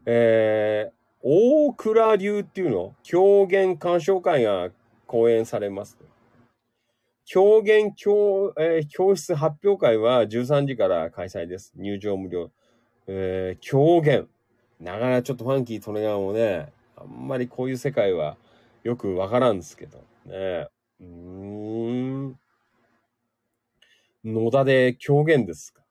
大倉流っていうの狂言鑑賞会が講演されます。狂言教室発表会は13時から開催です。入場無料。狂言。なかなかちょっとファンキー・利根川もね、あんまりこういう世界はよくわからんですけど。ね。野田で狂言ですか。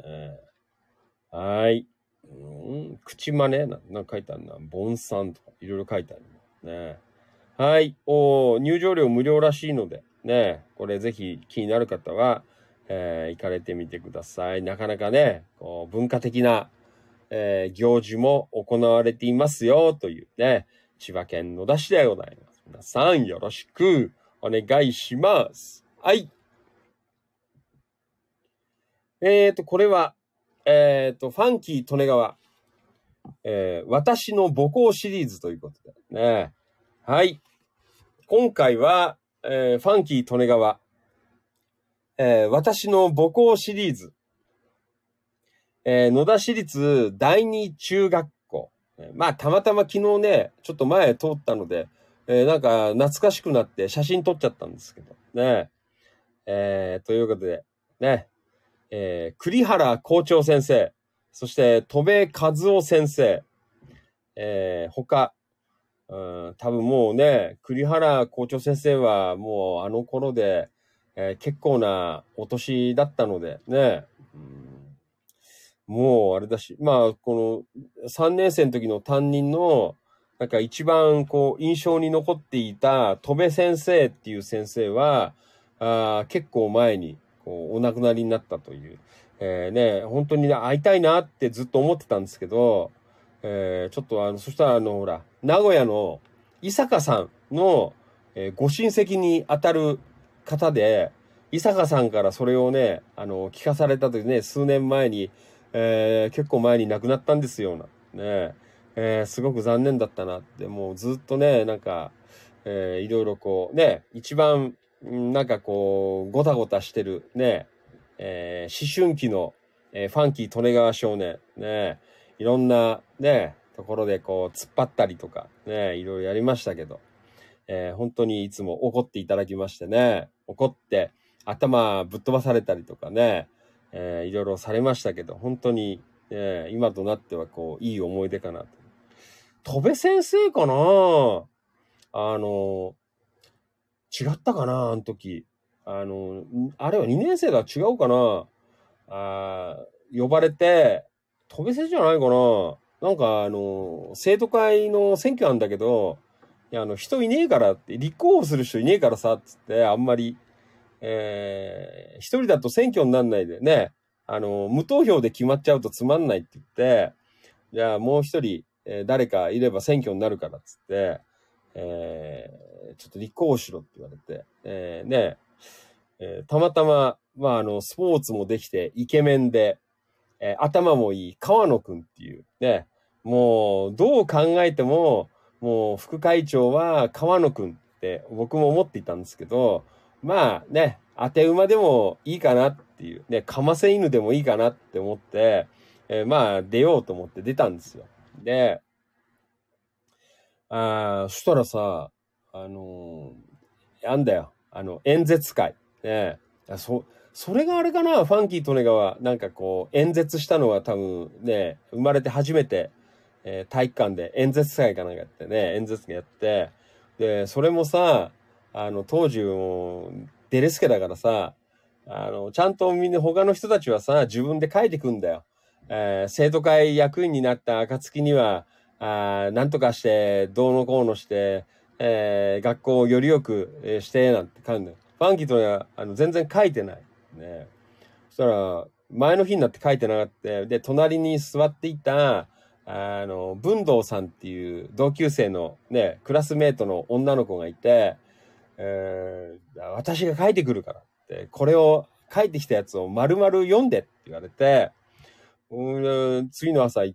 はい。口真似なんか書いてあるな。盆栽とかいろいろ書いてあるね。はい。入場料無料らしいので、ね。これぜひ気になる方は、行かれてみてください。なかなかね、文化的な、行事も行われていますよ、というね。千葉県野田市でございます。皆さんよろしくお願いします。はい。これは、ファンキー利根川、私の母校シリーズということでね。はい。今回は、ファンキー利根川、私の母校シリーズ、野田市立第二中学校。まあ、たまたま昨日ね、ちょっと前通ったので、なんか懐かしくなって写真撮っちゃったんですけど、ね。ということで、ね。栗原校長先生、そして戸部和夫先生、他、多分もうね、栗原校長先生はもうあの頃で、結構なお年だったのでね、もうあれだし、まあこの3年生の時の担任のなんか一番こう印象に残っていた戸部先生っていう先生は結構前にこうお亡くなりになったという、ね、本当に、ね、会いたいなってずっと思ってたんですけど、ちょっとそしたらほら、名古屋の伊坂さんの、ご親戚に当たる方で、伊坂さんからそれをね、聞かされたというね、数年前に、結構前に亡くなったんですよ、ね。すごく残念だったなって、もうずっとね、なんか、いろいろこう、ね、一番なんかこう、ごたごたしてる、ね、思春期の、ファンキー利根川少年、ね、いろんな、ね、ところでこう、突っ張ったりとか、ね、いろいろやりましたけど、本当にいつも怒っていただきましてね、怒って頭ぶっ飛ばされたりとかね、いろいろされましたけど、本当に、今となってはこう、いい思い出かなと。戸部先生かな、違ったかなあの時。あれは2年生だ、違うかな、呼ばれて、戸部先生じゃないかな、なんか生徒会の選挙なんだけど、いや、人いねえからって、立候補する人いねえからさ、つって、あんまり、一人だと選挙になんないでね、無投票で決まっちゃうとつまんないって言って、じゃあもう一人、誰かいれば選挙になるから、つって、ちょっと立候補しろって言われて、たまたま、スポーツもできて、イケメンで、頭もいい、川野くんっていう、ね、もう、どう考えても、もう、副会長は川野くんって僕も思っていたんですけど、まあね、当て馬でもいいかなっていう、ね、かませ犬でもいいかなって思って、まあ、出ようと思って出たんですよ。で、そしたらさ、なんだよ、演説会。ね、それがあれかな、ファンキー利根川。なんかこう、演説したのは多分ね、生まれて初めて、体育館で演説会かなんかやってね、演説会やって、で、それもさ、当時も、デレスケだからさ、ちゃんとみんな他の人たちはさ、自分で書いてくんだよ。生徒会役員になった暁には、なんとかして、どうのこうのして、学校をよりよくして、なんて書くんだよ。ファンキーとは全然書いてない。ね。そしたら、前の日になって書いてなかった。で、隣に座っていた、文道さんっていう同級生のね、クラスメートの女の子がいて、私が書いてくるからって、これを書いてきたやつを丸々読んでって言われて、次の朝行って、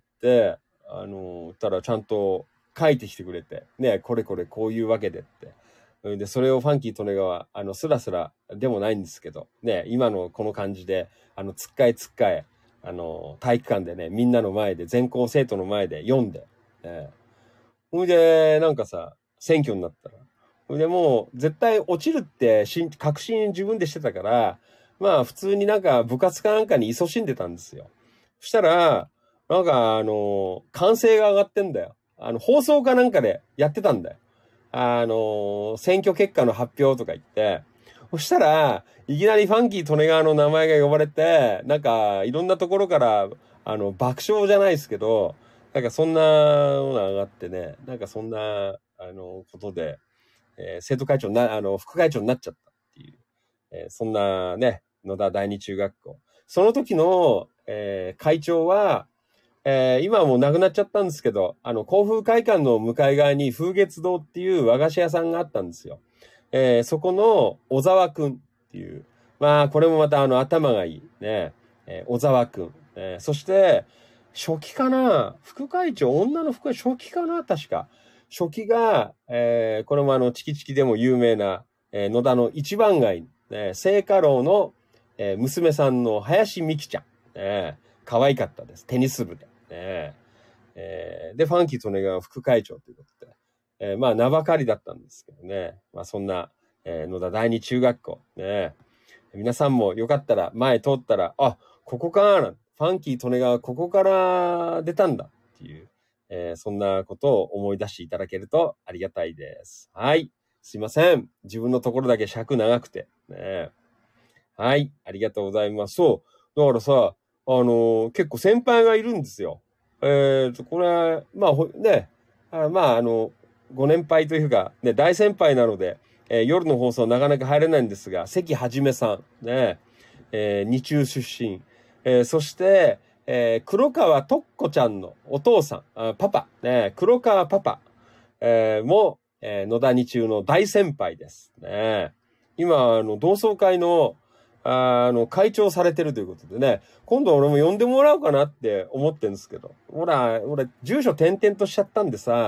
たらちゃんと書いてきてくれて、ね、これこれこういうわけでって。で、それをファンキー利根川、スラスラでもないんですけど、ね、今のこの感じで、つっかえ、体育館でね、みんなの前で、全校生徒の前で読んで、ほいで、なんかさ、選挙になったら、ほいでもう、絶対落ちるって確信自分でしてたから、まあ、普通になんか部活かなんかに勤しんでたんですよ。そしたら、なんか歓声が上がってんだよ。放送かなんかでやってたんだよ。選挙結果の発表とか言って、そしたら、いきなりファンキー利根川の名前が呼ばれて、なんか、いろんなところから、爆笑じゃないですけど、なんかそんなのが上がってね、なんかそんな、ことで、生徒会長副会長になっちゃったっていう、そんなね、野田第二中学校。その時の、会長は、今はもう亡くなっちゃったんですけど、甲府会館の向かい側に風月堂っていう和菓子屋さんがあったんですよ。そこの小沢くんっていう、まあ、これもまた頭がいいね、小沢くん。そして、初期かな、副会長、女の副会長、初期かな確か。初期が、これもチキチキでも有名な、野田の一番街、聖火楼の、娘さんの林美希ちゃん。可愛かったです。テニス部で。で、ファンキー利根川副会長ということで、まあ、名ばかりだったんですけどね。まあ、そんな、野田第二中学校、ね。皆さんもよかったら、前通ったら、あ、ここかな、ファンキー利根川ここから出たんだっていう、そんなことを思い出していただけるとありがたいです。はい。すいません。自分のところだけ尺長くて。ね。はい。ありがとうございます。そう。だからさ、結構先輩がいるんですよ。これ、まあ、ね、ご年配というか、ね、大先輩なので、夜の放送なかなか入れないんですが、関はじめさん、ね、二中出身、そして、黒川とっこちゃんのお父さん、パパ、ね、黒川パパ、も、野田二中の大先輩です。ね、今、同窓会の、会長されてるということでね、今度俺も呼んでもらおうかなって思ってるんですけど、俺、住所転々としちゃったんでさ、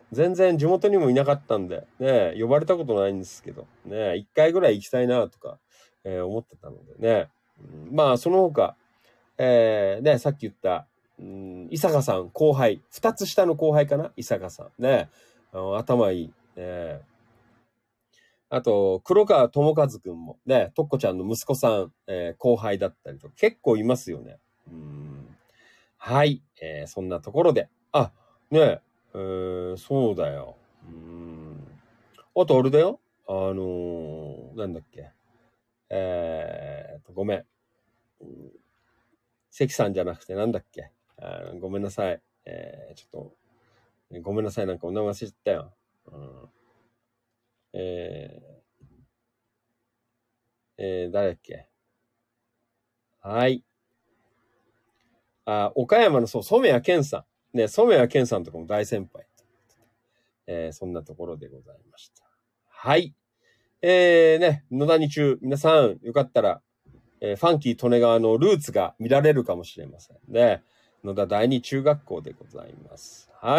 全然地元にもいなかったんで、ね、呼ばれたことないんですけど、ね、一回ぐらい行きたいなとか、思ってたのでね。まあ、その他、ね、さっき言った、伊坂さん、後輩。二つ下の後輩かな伊坂さん。ね。頭いい。ね。あと、黒川智和くんも、ね、とっこちゃんの息子さん、後輩だったりとか、結構いますよね。はい。そんなところで。あ、ねそうだよ。あと、あれだよ。なんだっけ。ごめん。関さんじゃなくてなんだっけ。ごめんなさい。ちょっと、ごめんなさい。なんかお名前忘れちゃったよ。誰だっけ。はい。岡山の、そう、染谷健さん。ね、染谷健さんとかも大先輩。そんなところでございました。はい。ね、野田日中、皆さん、よかったら、ファンキー利根川のルーツが見られるかもしれませんね。野田第二中学校でございます。はい。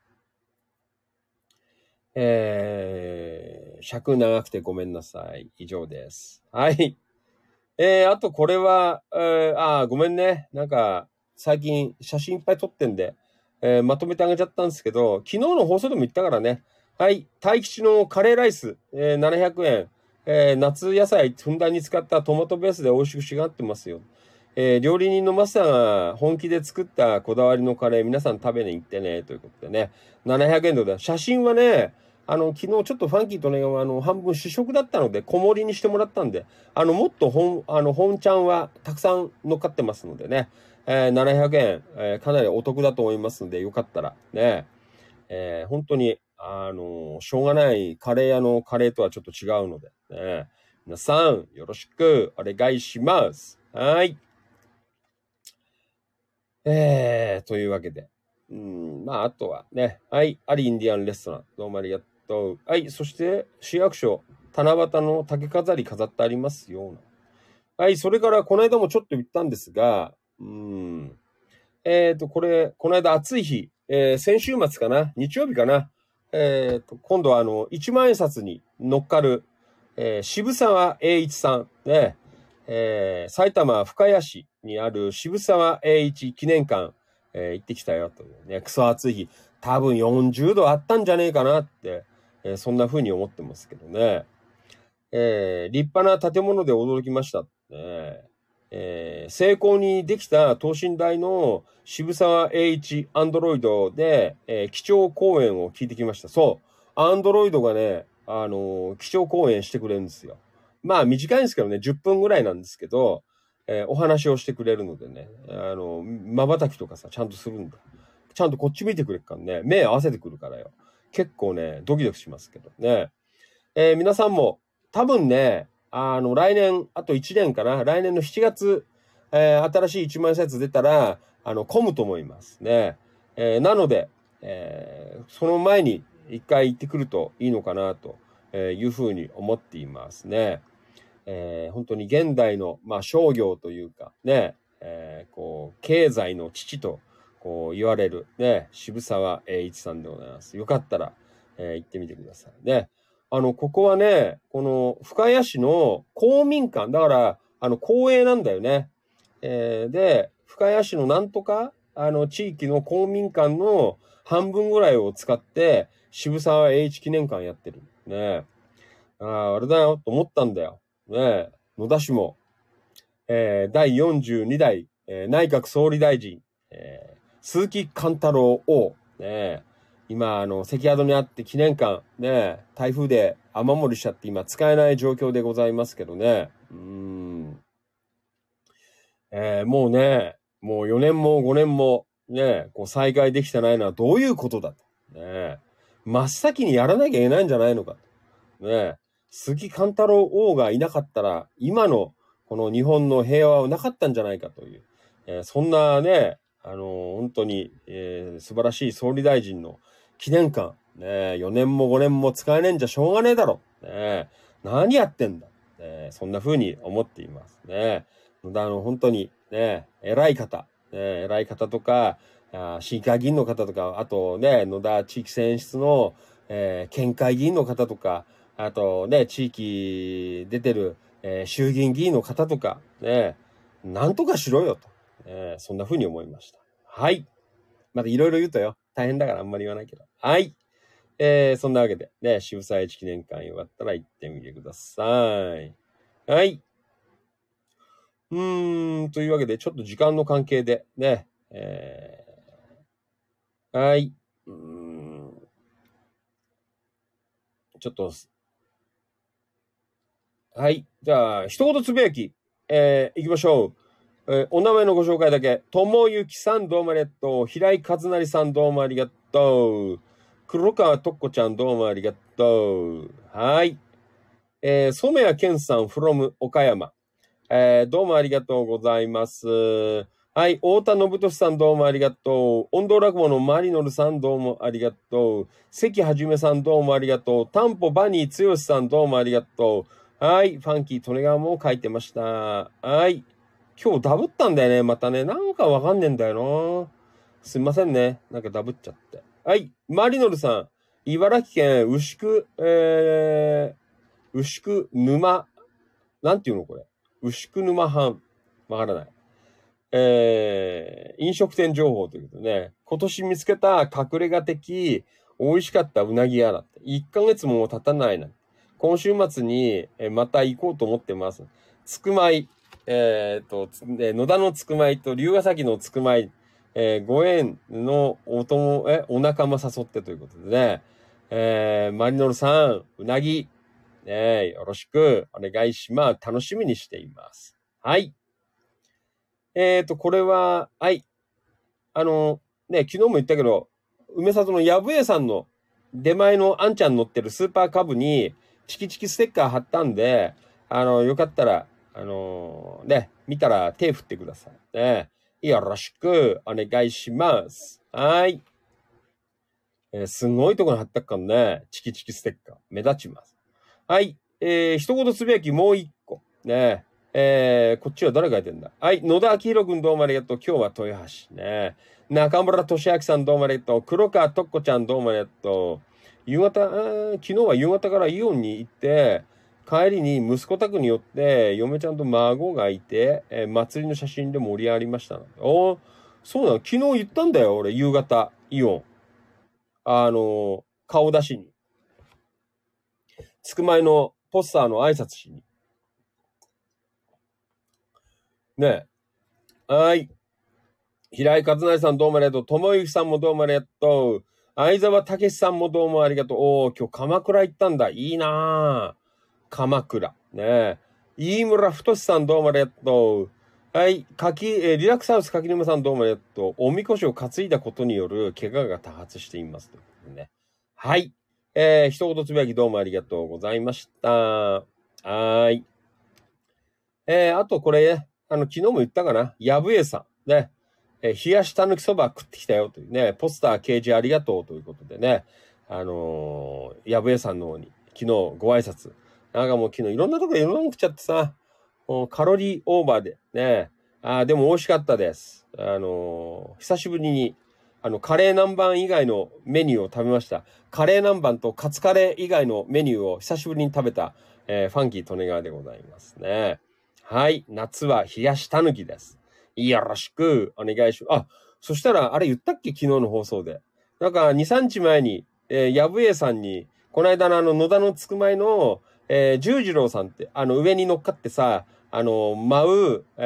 尺長くてごめんなさい。以上です。はい。あとこれは、ごめんね。なんか、最近写真いっぱい撮ってんで、まとめてあげちゃったんですけど、昨日の放送でも言ったからね。はい。大吉のカレーライス、700円。夏野菜ふんだんに使ったトマトベースで美味しく仕上がってますよ。料理人のマスターが本気で作ったこだわりのカレー、皆さん食べに行ってね、ということでね。700円で、写真はね、昨日ちょっとファンキーとね、半分試食だったので、小盛りにしてもらったんで、もっと本ちゃんはたくさん乗っかってますのでね、700円、かなりお得だと思いますので、よかったらね、本当に、しょうがないカレー屋のカレーとはちょっと違うので、ね、皆さん、よろしくお願いします。はい。というわけで。まあ、あとはね、はい、アリインディアンレストラン、どうもありがとう。はい、そして、市役所、七夕の竹飾り飾ってありますよ。はい、それから、この間もちょっと言ったんですが、これ、この間暑い日、先週末かな、日曜日かな、今度は一万円札に乗っかる、渋沢栄一さん、ね、埼玉深谷市にある渋沢栄一記念館、行ってきたよというね、クソ暑い日、多分40度あったんじゃねえかなって、そんな風に思ってますけどね。立派な建物で驚きました。成功にできた等身大の渋沢栄一アンドロイドで、基調講演を聞いてきました。そう。アンドロイドがね、基調講演してくれるんですよ。まあ短いんですけどね、10分ぐらいなんですけど、お話をしてくれるのでね、瞬きとかさ、ちゃんとするんだ。ちゃんとこっち見てくれっからね、目合わせてくるからよ。結構ね、ドキドキしますけどね。皆さんも、多分ね、来年、あと1年かな、来年の7月、新しい1万円札出たら、混むと思いますね。なので、その前に一回行ってくるといいのかな、というふうに思っていますね。本当に現代の、まあ、商業というか、ね、こう、経済の父と、こう言われる、ね、渋沢栄一さんでございます。よかったら、行ってみてくださいね。ここはね、この深谷市の公民館、だから、公営なんだよね。で、深谷市のなんとか、地域の公民館の半分ぐらいを使って、渋沢栄一記念館やってる。ね。あれだよ、と思ったんだよ。ね。野田市も、第42代、内閣総理大臣、鈴木貫太郎を、ね、今、関宿にあって記念館、ね、台風で雨漏りしちゃって今使えない状況でございますけどね。もうね、もう4年も5年も、ね、こう再開できてないのはどういうことだと。ね、真っ先にやらなきゃいけないんじゃないのかと。ね、鈴木貫太郎王がいなかったら、今のこの日本の平和はなかったんじゃないかという、そんなね、本当に、素晴らしい総理大臣の記念館、ね、4年も5年も使えねえんじゃしょうがねえだろ。ね、何やってんだ。そんな風に思っていますね。本当にね、偉い方とか、 市議会議員の方とか、あとね、野田地域選出の、県会議員の方とか、あとね、地域出てる、衆議院議員の方とか、ね、なんとかしろよと、そんな風に思いました。はい。まだいろいろ言うとよ。大変だからあんまり言わないけど。はい。そんなわけで、ね、渋沢栄一記念館よかったら行ってみてください。はい。というわけで、ちょっと時間の関係で、ね、はい。ちょっと、はい。じゃあ、一言つぶやき、行きましょう。お名前のご紹介だけ。ともゆきさんどうもありがとう。平井和成さんどうもありがとう。黒川とっこちゃんどうもありがとう。はい。染谷健さん from 岡山。どうもありがとうございます。はい。太田信俊さんどうもありがとう。音頭落語のマリノルさんどうもありがとう。関はじめさんどうもありがとう。タンポバニーつよしさんどうもありがとう。はい。ファンキー・トネガーも書いてました。はい。今日ダブったんだよね。またね。なんかわかんねえんだよな。すいませんね。なんかダブっちゃって。はい。マリノルさん。茨城県牛久、牛久沼。なんていうのこれ。牛久沼藩。わからない。飲食店情報ということでね。今年見つけた隠れ家的美味しかったうなぎ屋だって。1ヶ月も経たないな。今週末にまた行こうと思ってます。つくまい。野田のつくまいと龍ヶ崎のつくまい。ご縁のお仲間誘ってということでね。マリノルさん、うなぎ。よろしくお願いします。楽しみにしています。はい。これは、はい。昨日も言ったけど、梅里のやぶえさんの出前のあんちゃん乗ってるスーパーカブに、チキチキステッカー貼ったんで、よかったら、見たら手振ってください。ね。よろしくお願いします。はい。すごいとこに貼ったからね、チキチキステッカー。目立ちます。はい。一言つぶやきもう一個。ね。こっちは誰書いてんだ。はい。野田明宏くんどうもありがとう。今日は豊橋ね。中村俊明さんどうもありがとう。黒川とっこちゃんどうもありがとう。昨日は夕方からイオンに行って、帰りに息子宅に寄って、嫁ちゃんと孫がいて、祭りの写真で盛り上がりました。そうなの。昨日言ったんだよ。俺、夕方、イオン。顔出しに。つくまいのポスターの挨拶しに。ねえ。はい。平井和成さんどうもありがとう。ともゆきさんもどうもありがとう。相沢武さんもどうもありがとう。今日鎌倉行ったんだ。いいなぁ。鎌倉。ねえ。飯村太さんどうもありがとう。はい。リラックスハウス柿沼さんどうもありがとう。おみこしを担いだことによる怪我が多発しています。ということでね。はい。一言つぶやきどうもありがとうございました。はーい。あとこれ、昨日も言ったかな。やぶえさん。ね。冷やしたぬきそば食ってきたよというね、ポスター掲示ありがとうということでね、やぶえさんの方に昨日ご挨拶。なんかもう昨日いろんなところでいろんなの食っちゃってさ、もうカロリーオーバーでね、でも美味しかったです。久しぶりに、カレー南蛮以外のメニューを食べました。カレー南蛮とカツカレー以外のメニューを久しぶりに食べた、ファンキー利根川でございますね。はい。夏は冷やしたぬきです。よろしくお願いします。そしたら、あれ言ったっけ昨日の放送で。なんか、2、3日前に、やぶえさんに、この間の野田のつくまいの、十次郎さんって、上に乗っかってさ、舞う、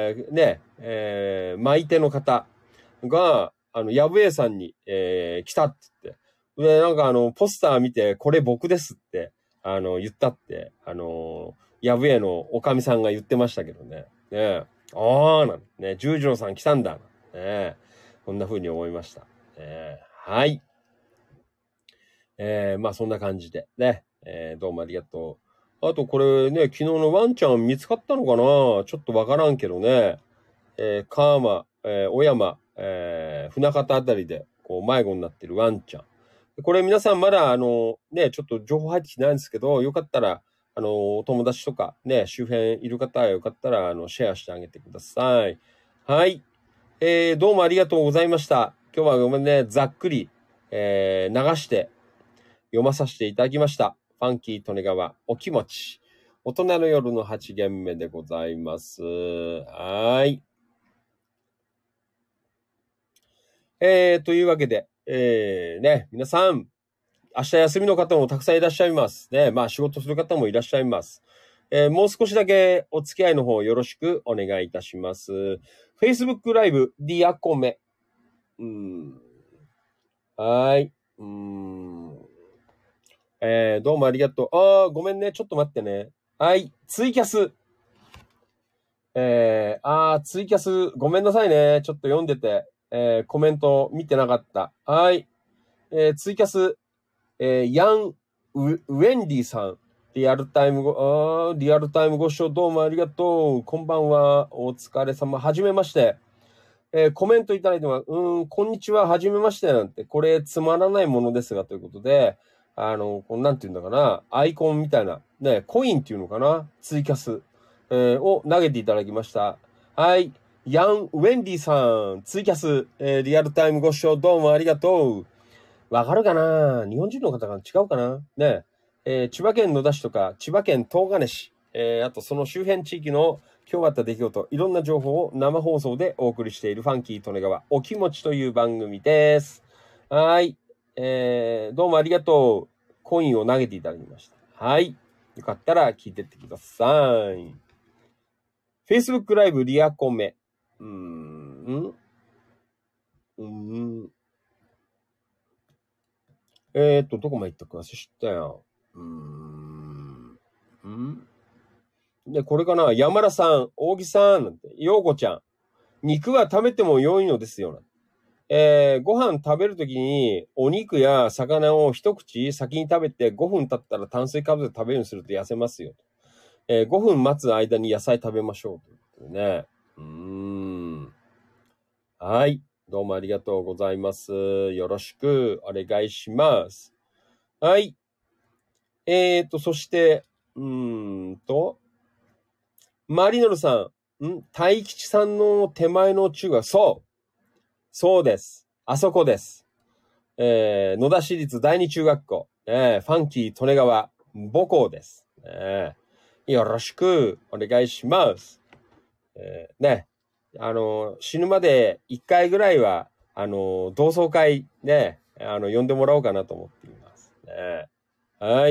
舞い手の方が、やぶえさんに、来たって言って。で、なんかポスター見て、これ僕ですって、言ったって、やぶえのおかみさんが言ってましたけどね。ねなんね、十次郎さん来たんだ。ねこんな風に思いました。はい。まあそんな感じでね、どうもありがとう。あとこれね、昨日のワンちゃん見つかったのかなちょっとわからんけどね、川間、小山、船方あたりでこう迷子になってるワンちゃん。これ皆さんまだちょっと情報入ってきてないんですけど、よかったら、お友達とかね、周辺いる方はよかったら、シェアしてあげてください。はい。どうもありがとうございました。 今日はごめんね、ざっくり、流して読まさせていただきました。ファンキー利根川お気持ち。大人の夜の8限目でございます。はい。というわけで、ね、皆さん、明日休みの方もたくさんいらっしゃいます。ね、まあ仕事する方もいらっしゃいます。もう少しだけお付き合いの方よろしくお願いいたします。Facebook ライブ、ディアコメ。はい。どうもありがとう。ごめんね。ちょっと待ってね。はい。ツイキャス。ツイキャス、ごめんなさいね。ちょっと読んでて、コメント見てなかった。はい。ツイキャス、ヤンウェンディさん。リアルタイムご視聴どうもありがとう。こんばんは。お疲れ様。はじめまして。コメントいただいてます。こんにちは。はじめまして。なんて、これつまらないものですが、ということで、なんていうんだかな。アイコンみたいな、ね、コインっていうのかな。ツイキャス、を投げていただきました。はい。ヤン・ウェンディさん、ツイキャス、リアルタイムご視聴どうもありがとう。わかるかな？日本人の方が違うかなね。千葉県野田市とか、千葉県東金市、あとその周辺地域の今日あった出来事、いろんな情報を生放送でお送りしているファンキー利根川お気持ちという番組です。はい。どうもありがとう。コインを投げていただきました。はい。よかったら聞いてってください。Facebook ライブリアコメ。どこまで行ったか忘れたよ。で、これかな、山田さん、大木さん、なんて、ようこちゃん。肉は食べても良いのですよ。なんてご飯食べるときに、お肉や魚を一口先に食べて5分経ったら炭水化物で食べるようにすると痩せますよ。5分待つ間に野菜食べましょう。ということでね。はい。どうもありがとうございます。よろしくお願いします。はい。そして、マリノルさん、大吉さんの手前の中学、そうです。あそこです。野田市立第二中学校、ファンキー利根川母校です。よろしくお願いします。ね、死ぬまで1回ぐらいは、同窓会ね、呼んでもらおうかなと思っています。はい。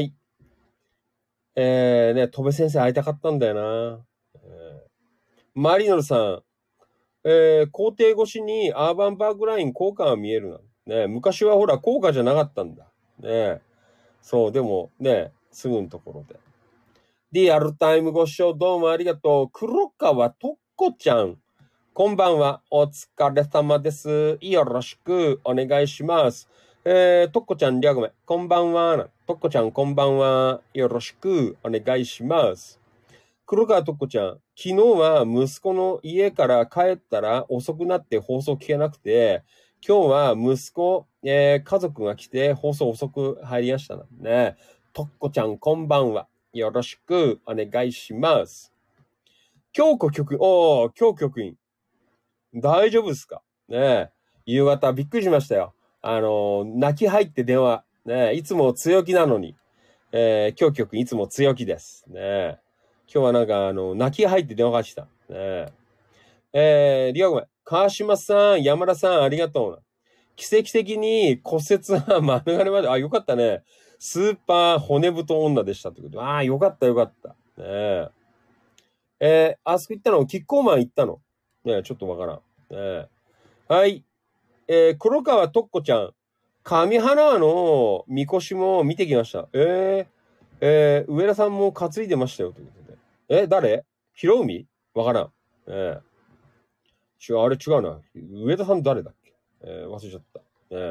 戸部先生会いたかったんだよな。マリノルさん、校庭越しにアーバンパークライン高架が見えるな。ね、昔はほら高架じゃなかったんだ。ね、そう、でもね、すぐのところで。リアルタイムご視聴どうもありがとう。黒川とっこちゃん。こんばんは。お疲れ様です。よろしくお願いします。とっこちゃん、りゃごめん。こんばんは。とっこちゃん、こんばんは。よろしくお願いします。黒川とっこちゃん、昨日は息子の家から帰ったら遅くなって放送聞けなくて、今日は息子、家族が来て放送遅く入りましたね。とっこちゃん、こんばんは。よろしくお願いします。京子局員。大丈夫ですかね。夕方びっくりしましたよ。泣き入って電話。ね、いつも強気なのに。京局員いつも強気です。ね。今日はなんか、泣き入って電話がした。ねリオごめん。川島さん、山田さん、ありがとう。奇跡的に骨折は免れまで、よかったね。スーパー骨太女でしたってこと。よかった、よかった。あそこ行ったのキッコーマン行ったのねちょっとわからん。はい。黒川とっこちゃん。上花輪のみこしも見てきました。上田さんも担いでましたよ。ということで。誰広海わからん。あれ違うな。上田さん誰だっけ忘れちゃった。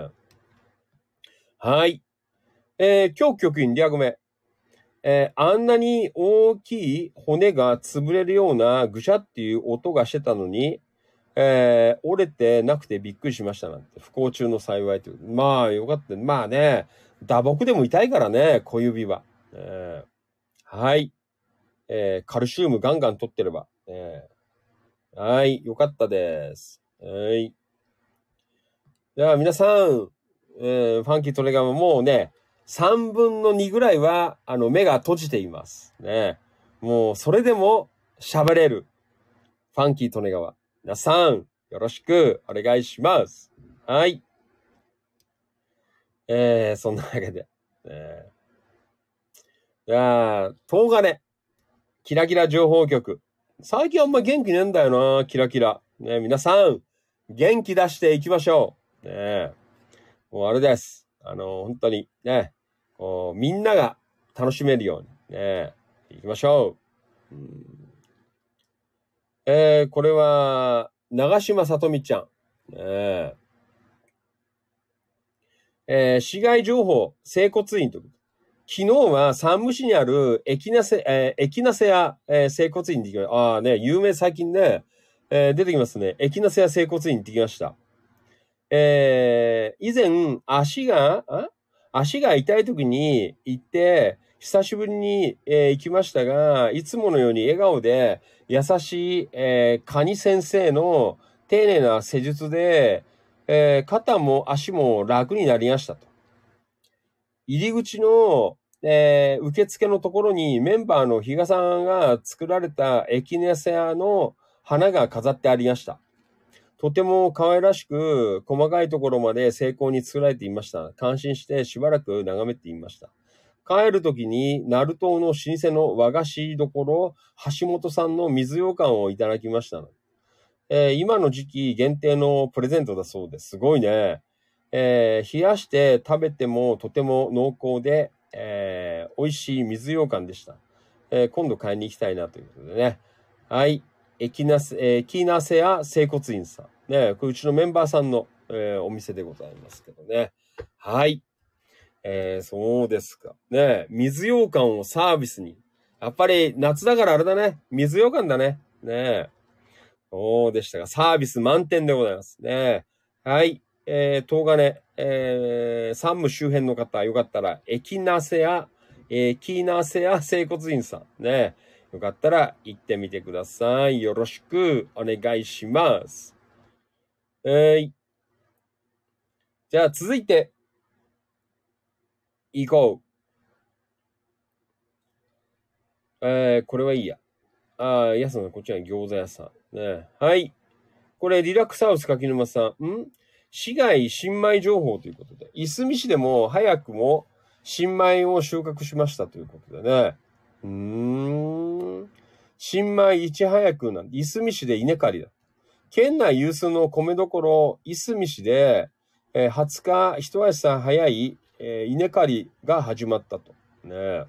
はい。今日局員リアゴメ。あんなに大きい骨が潰れるようなぐしゃっていう音がしてたのに、折れてなくてびっくりしましたなんて。不幸中の幸いという。まあよかった。まあね、打撲でも痛いからね、小指は。はい。カルシウムガンガン取ってれば。はい、よかったです。はい。 じゃあ皆さん、ファンキートレガーもうね、3分の2ぐらいは、目が閉じています。ね。もう、それでも喋れる。ファンキートネガワ。皆さん、よろしくお願いします。はい。そんなわけで。じゃあ、東金。キラキラ情報局。最近あんま元気ねえんだよな、キラキラ。ね、皆さん、元気出していきましょう。ね、もうあれです。本当に、ね、こう、みんなが楽しめるように、ね、いきましょう。これは、長島さとみちゃん。市街情報、整骨院ということ。昨日は山武市にあるエキナセア、整骨院に行ってきました。ああね、有名最近ね、出てきますね。エキナセア整骨院に行ってきました。以前、足が痛い時に行って、久しぶりに、行きましたが、いつものように笑顔で優しい、カニ先生の丁寧な施術で、肩も足も楽になりましたと。入り口の、受付のところにメンバーの比嘉さんが作られたエキネセアの花が飾ってありました。とても可愛らしく、細かいところまで精巧に作られていました。感心してしばらく眺めていました。帰るときに、ナルトの老舗の和菓子どころ、橋本さんの水羊羹をいただきました。今の時期限定のプレゼントだそうです。すごいね。冷やして食べてもとても濃厚で、美味しい水羊羹でした。今度買いに行きたいなということでね。はい。エキナセア整骨院さん。ね、これうちのメンバーさんの、お店でございますけどね。はい。そうですか。ね、水羊羹をサービスに。やっぱり夏だからあれだね。水羊羹だね。ね。そうでしたが、サービス満点でございますね。はい。東金、山武周辺の方、よかったら、エキナセア整骨院さんね。よかったら行ってみてください。よろしくお願いします。じゃあ続いて、行こう。これはいいや。やさん、こっちは餃子屋さん。ね。はい。これ、リラックスハウス柿沼さん。市街新米情報ということで、いすみ市でも早くも新米を収穫しましたということでね。新米いち早くなんで、いすみ市で稲刈りだ。県内有数の米どころ、いすみ市で、20日、一足さん早い、稲刈りが始まったと。ね。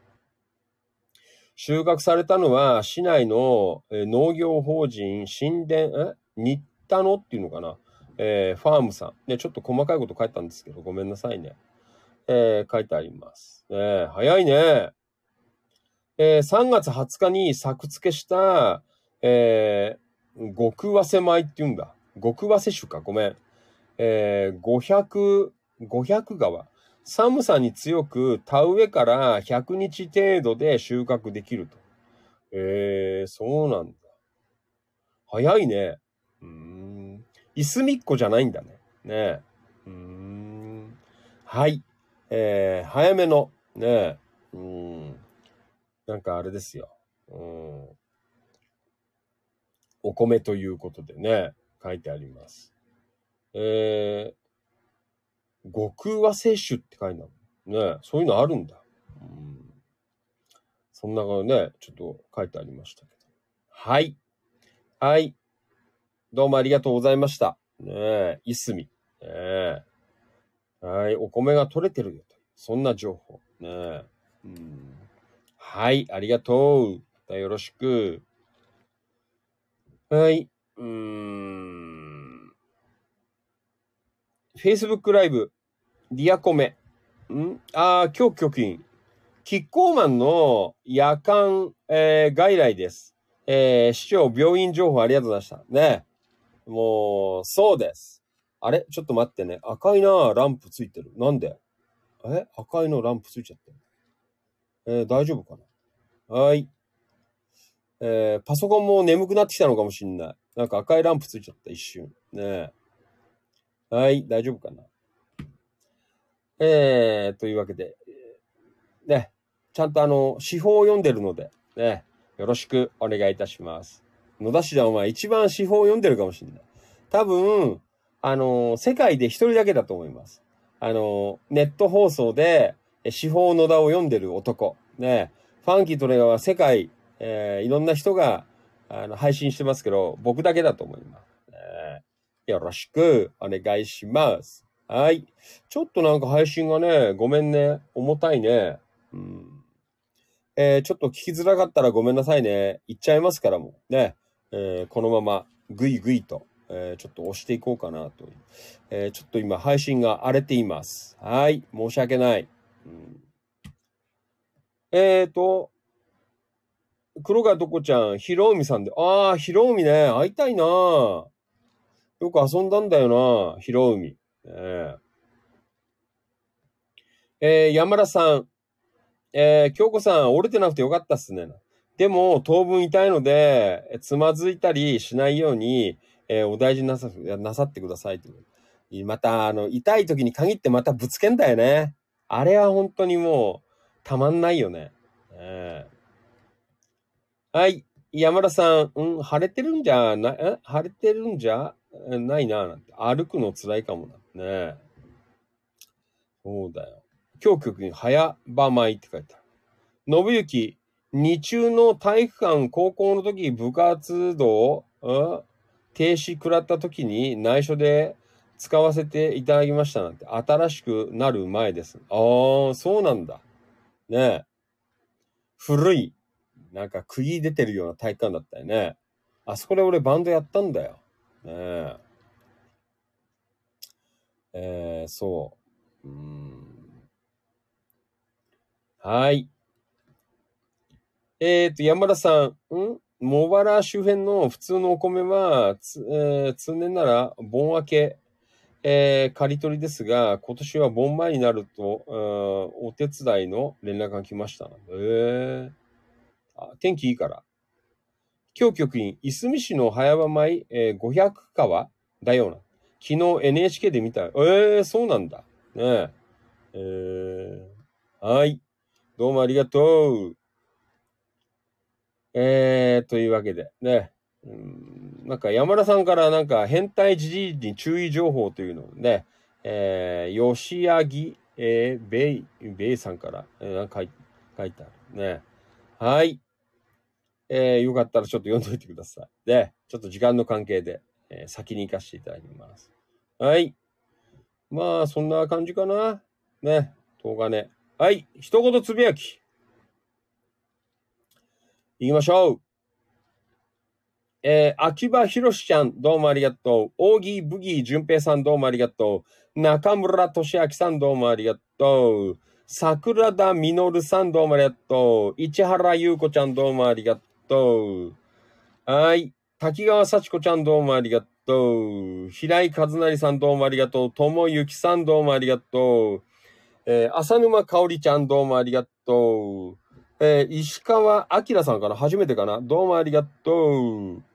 収穫されたのは、市内の、農業法人、新田野っていうのかな。ファームさん。ね、ちょっと細かいこと書いたんですけど、ごめんなさいね。書いてあります。早いね。3月20日に作付けした、極早生米って言うんだ。極早生種か、ごめん。500川。寒さに強く、田植えから100日程度で収穫できると。そうなんだ。早いね。いすみっこじゃないんだね。ねえ。はい。早めの、ねえ。なんかあれですよ。お米ということでね、書いてあります。極和摂取って書いてある。ね、そういうのあるんだ。そんなのね、ちょっと書いてありましたけど。はい。はい。どうもありがとうございました。ねえ、いすみ。ねえ。はい。お米が取れてるよと。そんな情報。ねえ。はい。ありがとう。またよろしく。はい。Facebook ライブ。ディアコメ。今日局員。キッコーマンの夜間、外来です。市長病院情報ありがとうございました。ね。もう、そうです。あれちょっと待ってね。赤いなランプついてる。なんで赤いのランプついちゃってる。大丈夫かなはい。パソコンも眠くなってきたのかもしんない。なんか赤いランプついちゃった、一瞬。ねはい、大丈夫かな。というわけで、ね、ちゃんと司法を読んでるので、ね、よろしくお願いいたします。野田市ではお前一番司法を読んでるかもしれない。多分、世界で一人だけだと思います。ネット放送で司法野田を読んでる男。ね、ファンキートレガーは世界、いろんな人が配信してますけど、僕だけだと思います。よろしくお願いします。はい。ちょっとなんか配信がね、ごめんね。重たいね。うん。ちょっと聞きづらかったらごめんなさいね。言っちゃいますからもうね。このままぐいぐいと、ちょっと押していこうかなという。ちょっと今配信が荒れています。はい。申し訳ない。うん、黒川とこちゃん、ひろうみさんで。ああ、ひろうみね。会いたいな。よく遊んだんだよな。ひろうみ。山田さん。京子さん、折れてなくてよかったっすね。でも、当分痛いので、つまずいたりしないように、お大事なさってくださいと。また、痛い時に限ってまたぶつけんだよね。あれは本当にもう、たまんないよね。はい。山田さん、腫れてるんじゃないな、なんて。歩くの辛いかもな。ね。そうだよ。今日曲に早場舞って書いてある。信行、日中の体育館、高校の時部活動、停止食らった時に内緒で使わせていただきましたなんて、新しくなる前です。ああ、そうなんだ。ねえ。古い、なんか釘出てるような体育館だったよね。あそこで俺バンドやったんだよ。ねえ。そう。はい。山田さん、茂原周辺の普通のお米は、通年なら盆明け、刈り取りですが、今年は盆前になると、お手伝いの連絡が来ました。天気いいから。今日局員、いすみ市の早場米、500川だよな。昨日 NHK で見た。そうなんだ。ねはい。どうもありがとう。というわけで、ね。なんか山田さんからなんか変態じじいに注意情報というのをね、吉柳、ベイさんから、なんか書いてあるね。はい。よかったらちょっと読んどいてください。で、ちょっと時間の関係で、先に行かせていただきます。はい。まあ、そんな感じかな。ね。10日ね。はい。一言つぶやき。行きましょう。秋葉博士ちゃん、どうもありがとう。オーギーブギー淳平さん、どうもありがとう。中村俊明さん、どうもありがとう。桜田実さん、どうもありがとう。市原優子ちゃん、どうもありがとう。はい。滝川幸子ちゃん、どうもありがとう。平井和成さん、どうもありがとう。友幸さん、どうもありがとう。浅沼香織ちゃん、どうもありがとう。石川明さんかな、初めてかな。どうもありがとう。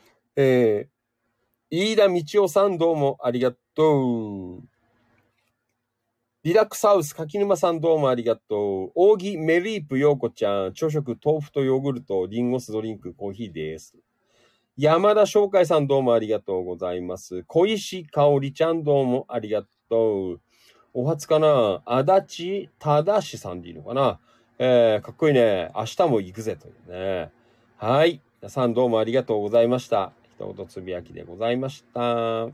飯田道夫さんどうもありがとう。リラックスハウス柿沼さんどうもありがとう。扇メリープ陽子ちゃん、朝食豆腐とヨーグルト、リンゴ酢ドリンク、コーヒーです。山田翔海さんどうもありがとうございます。小石香織ちゃんどうもありがとう。お初かな、足立正さんでいいのかな。かっこいいね。明日も行くぜというね。はい。皆さんどうもありがとうございました。一言つぶやきでございました。はい。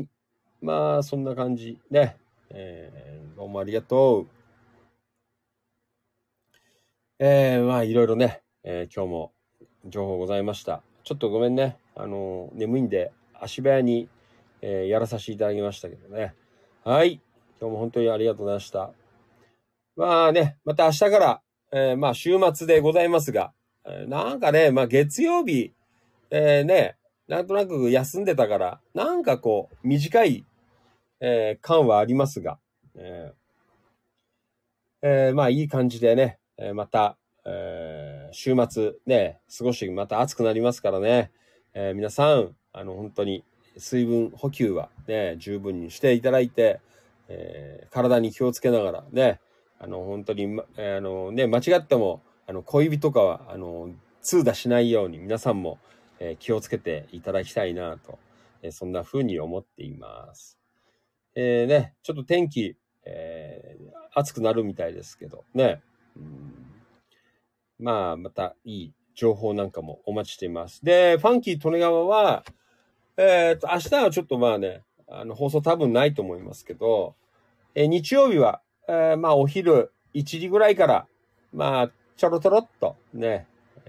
まあ、そんな感じね。どうもありがとう。まあ、いろいろね、今日も情報ございました。ちょっとごめんね。眠いんで、足早に、やらさせていただきましたけどね。はい。今日も本当にありがとうございました。まあね、また明日から、まあ週末でございますが、なんかね、まあ月曜日、ね、なんとなく休んでたから、なんかこう、短い、感はありますが、まあいい感じでね、また、週末ね、過ごしてまた暑くなりますからね、皆さん、本当に、 水分補給はね、十分にしていただいて、体に気をつけながらね、本当に、間違っても、小指とかは、痛打しないように皆さんも、気をつけていただきたいなと、そんな風に思っています。ちょっと天気、暑くなるみたいですけどね、またいい情報なんかもお待ちしています。で、ファンキー利根川は、明日はちょっと放送多分ないと思いますけど、日曜日は、お昼1時ぐらいから、ちょろちょろっとね、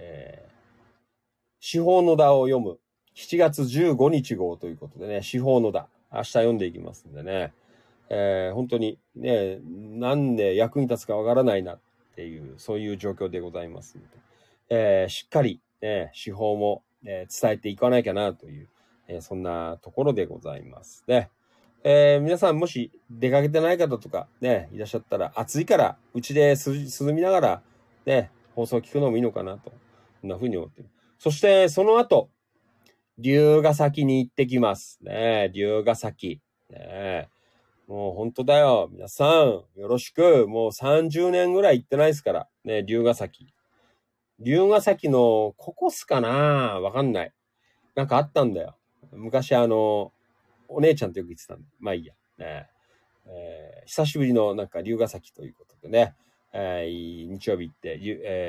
司法の田を読む7月15日号ということでね、司法の田、明日読んでいきますんでね、本当にね、なんで役に立つかわからないなっていう、そういう状況でございますので、しっかり、ね、司法も、伝えていかなきゃなという、そんなところでございますね。皆さんもし出かけてない方とかね、いらっしゃったら暑いからうちで涼みながらね、放送を聞くのもいいのかなと、そんな風に思っている。そしてその後、龍ヶ崎に行ってきますね。龍ヶ崎。ね、もう本当だよ。皆さん、よろしく。もう30年ぐらい行ってないですから。ね、龍ヶ崎。龍ヶ崎のココスかなわかんない。なんかあったんだよ。昔お姉ちゃんとよく言ってたんで。まあいいや。ね久しぶりのなんか龍ヶ崎ということでね。日曜日行って、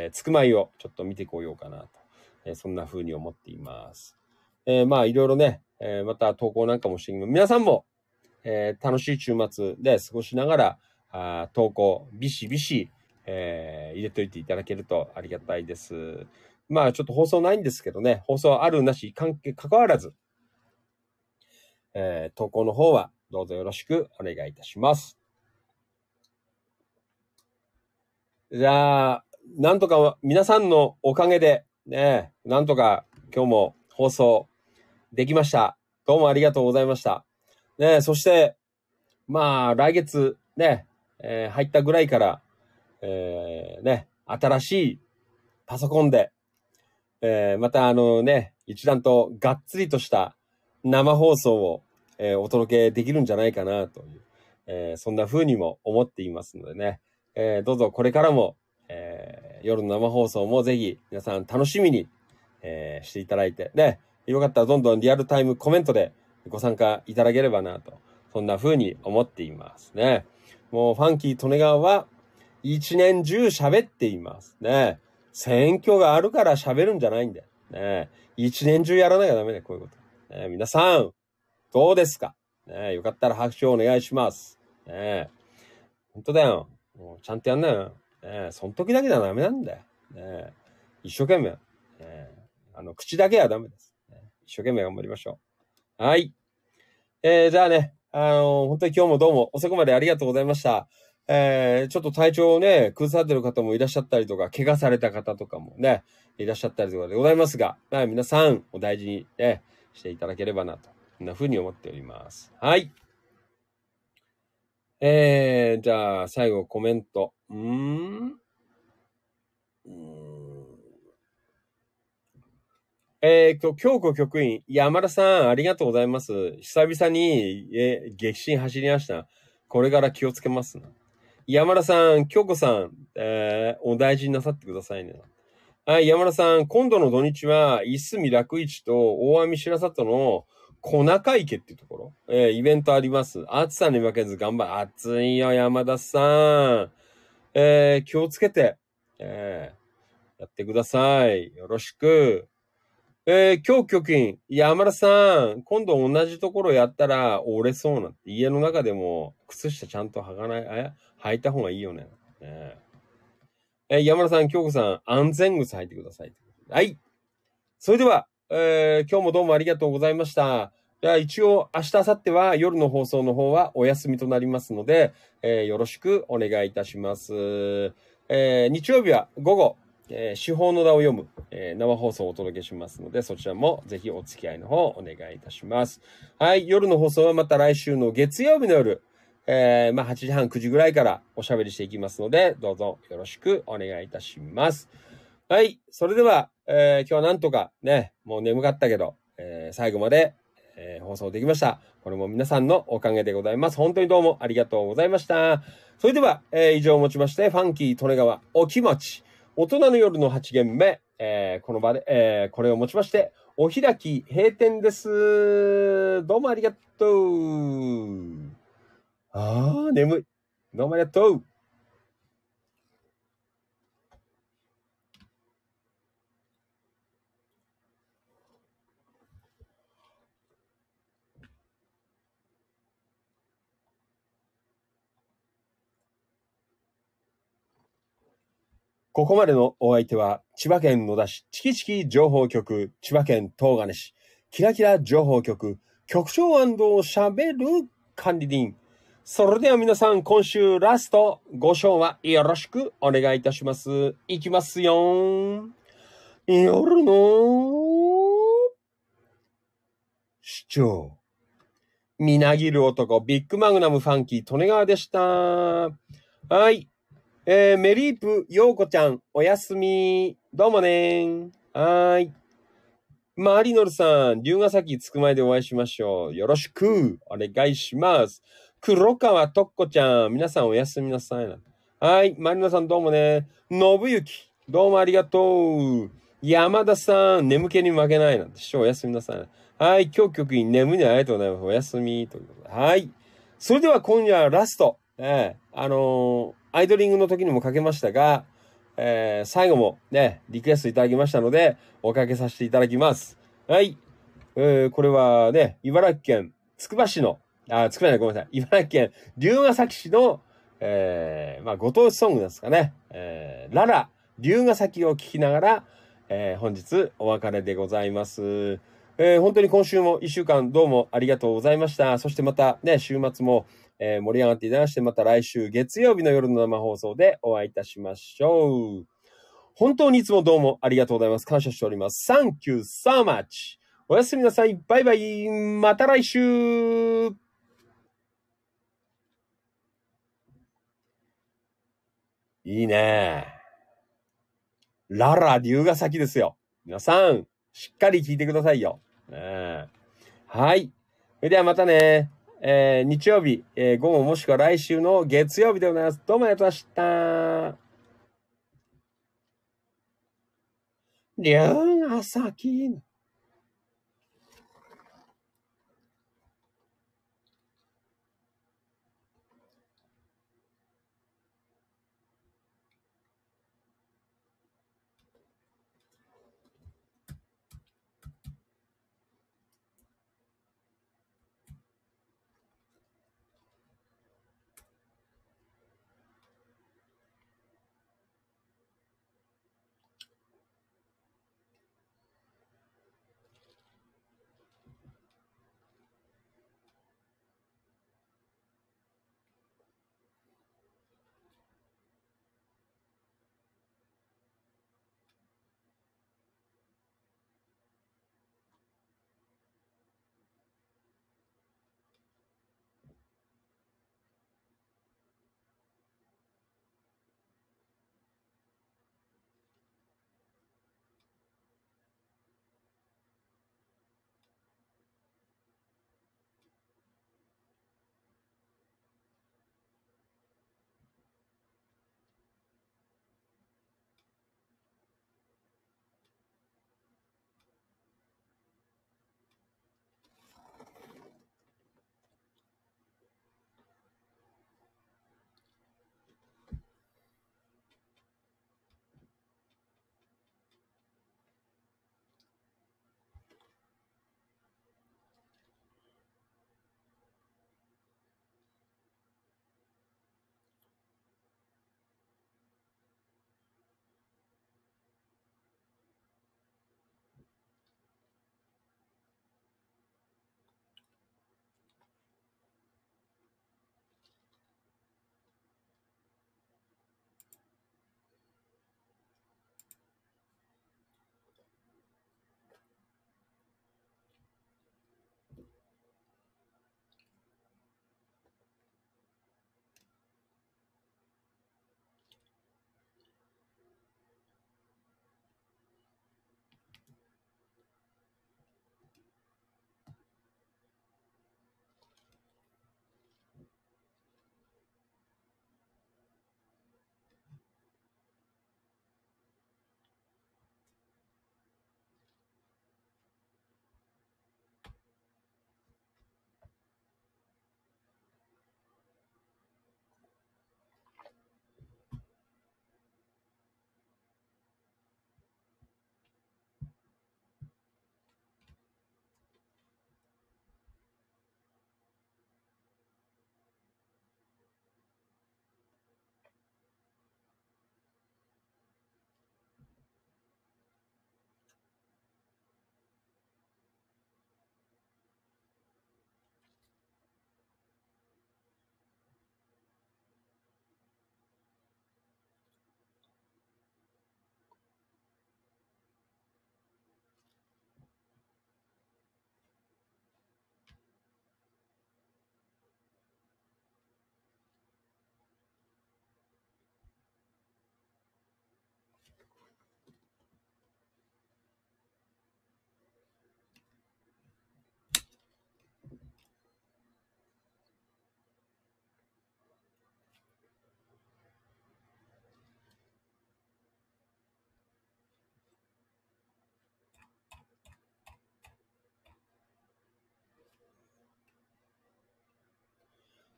つくまいをちょっと見てこようかなと。そんな風に思っています。いろいろね、また投稿なんかもしていきます。皆さんも、楽しい週末で過ごしながら、投稿、ビシビシ、入れといていただけるとありがたいです。ちょっと放送ないんですけどね、放送あるなし関わらず、投稿の方はどうぞよろしくお願いいたします。じゃあ、なんとか皆さんのおかげで、ね、なんとか今日も放送できました。どうもありがとうございました。ね、そして、来月ね、入ったぐらいから、新しいパソコンで、また一段とがっつりとした生放送を、お届けできるんじゃないかなという、そんな風にも思っていますのでね、どうぞこれからも、夜の生放送もぜひ皆さん楽しみに、していただいて、ね、よかったらどんどんリアルタイムコメントでご参加いただければなと、そんな風に思っていますね。もうファンキー利根川は一年中喋っていますね。選挙があるから喋るんじゃないんだよ。ね、一年中やらなきゃダメだよ、こういうこと。ね、皆さん、どうですか、ね、よかったら拍手をお願いします。ね、本当だよ。もうちゃんとやんなよ。ね、その時だけじゃダメなんだよ。ね、一生懸命。口だけはダメです。ね、一生懸命頑張りましょう。はい。じゃあね、本当に今日もどうも遅くまでありがとうございました。ちょっと体調をね、崩されてる方もいらっしゃったりとか、怪我された方とかもね、いらっしゃったりとかでございますが、皆さんお大事にね、していただければなと、こんな風に思っております。はい。じゃあ最後コメント。京子局員、山田さん、ありがとうございます。久々に、激震走りました。これから気をつけますな。山田さん、京子さん、お大事になさってくださいね。はい、山田さん、今度の土日は、いすみ楽市と大網白里の小中池っていうところ、イベントあります。暑さに負けず頑張る。暑いよ、山田さん。気をつけて、やってください。よろしく。今日局員、山田さん、今度同じところやったら折れそうなって、家の中でも靴下ちゃんと履いた方がいいよね。山田さん、京子さん、安全靴履いてください。はい。それでは、今日もどうもありがとうございました。じゃあ一応明日、明後日は夜の放送の方はお休みとなりますので、よろしくお願いいたします。日曜日は午後、司法の名を読む、生放送をお届けしますので、そちらもぜひお付き合いの方お願いいたします。はい、夜の放送はまた来週の月曜日の夜、8時半、9時ぐらいからおしゃべりしていきますので、どうぞよろしくお願いいたします。はい、それでは、今日はなんとかね、もう眠かったけど、最後まで、 放送できました。これも皆さんのおかげでございます。本当にどうもありがとうございました。それでは、以上をもちまして、ファンキー利根川お気持ち、大人の夜の8限目、この場で、これをもちまして、お開き閉店です。どうもありがとう。眠い。どうもありがとう。ここまでのお相手は、千葉県野田市チキチキ情報局、千葉県東金市、キラキラ情報局、局長喋る管理人。それでは皆さん、今週ラスト、ご賞はよろしくお願いいたします。いきますよ。夜の市長。みなぎる男、ビッグマグナムファンキー、利根川でした。はい。メリープ、ヨーコちゃん、おやすみ。どうもねー。はーい。マリノルさん、龍ヶ崎着く前でお会いしましょう。よろしく、お願いします。黒川とっこちゃん、皆さんおやすみなさいな。はい。マリノルさんどうもね。信行、どうもありがとう。山田さん、眠気に負けないなんて、師匠おやすみなさいな。はい。今日局員眠いにありがとうございます。おやすみ。ということで。はい。それでは今夜ラスト。アイドリングの時にもかけましたが、最後もね、リクエストいただきましたので、おかけさせていただきます。はい。これはね、茨城県つくば市の、つくばじゃない、ごめんなさい。茨城県龍ケ崎市の、ご当地ソングですかね。ララ、龍ケ崎を聴きながら、本日お別れでございます。本当に今週も一週間どうもありがとうございました。そしてまたね、週末も、盛り上がっていただきまして、また来週月曜日の夜の生放送でお会いいたしましょう。本当にいつもどうもありがとうございます。感謝しております。Thank you so much. おやすみなさい。バイバイ。また来週。いいね。ララ龍ヶ崎ですよ。皆さん、しっかり聞いてくださいよ。はい。それではまたね。日曜日、午後もしくは来週の月曜日でございます。どうもありがとうございました。龍ヶ崎。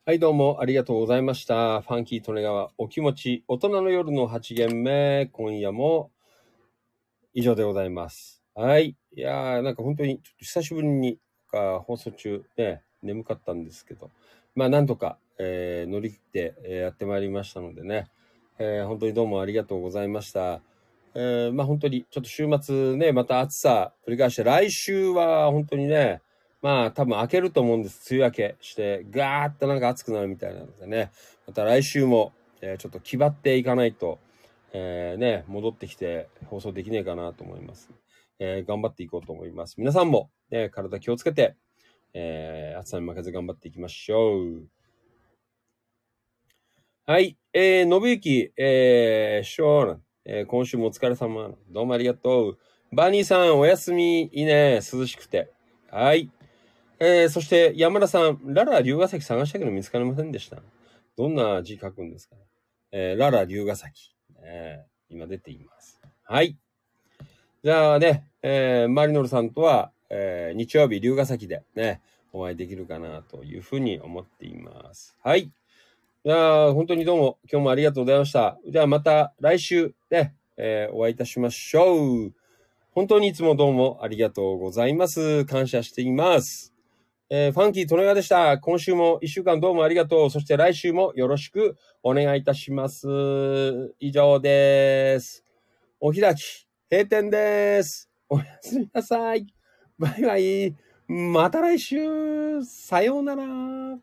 はいどうもありがとうございました。ファンキー利根川お気持ち大人の夜の8限目、今夜も以上でございます。はい。いやー、なんか本当にちょっと久しぶりに放送中ね、眠かったんですけど、まあなんとか、乗り切って、やってまいりましたのでね、本当にどうもありがとうございました。まあ本当にちょっと週末ね、また暑さ繰り返して、来週は本当にね、まあ多分明けると思うんです。梅雨明けして、ガーッとなんか暑くなるみたいなのでね、また来週も、ちょっと気張っていかないと、ね、戻ってきて放送できねえかなと思います。頑張っていこうと思います。皆さんも、ね、体気をつけて、暑さに負けず頑張っていきましょう。はい。信行、ショーラン、今週もお疲れ様。どうもありがとう。バニーさん、おやすみ。いいね。涼しくて。はい。そして、山田さん、ララ龍ヶ崎探したけど見つかりませんでした。どんな字書くんですか、ララ龍ヶ崎、今出ています。はい。じゃあね、マリノルさんとは、日曜日龍ヶ崎でね、お会いできるかなというふうに思っています。はい。いや本当にどうも今日もありがとうございました。じゃあまた来週ね、お会いいたしましょう。本当にいつもどうもありがとうございます。感謝しています。ファンキー・トレガでした。今週も一週間どうもありがとう。そして来週もよろしくお願いいたします。以上です。お開き、閉店です。おやすみなさい。バイバイ。また来週。さようなら。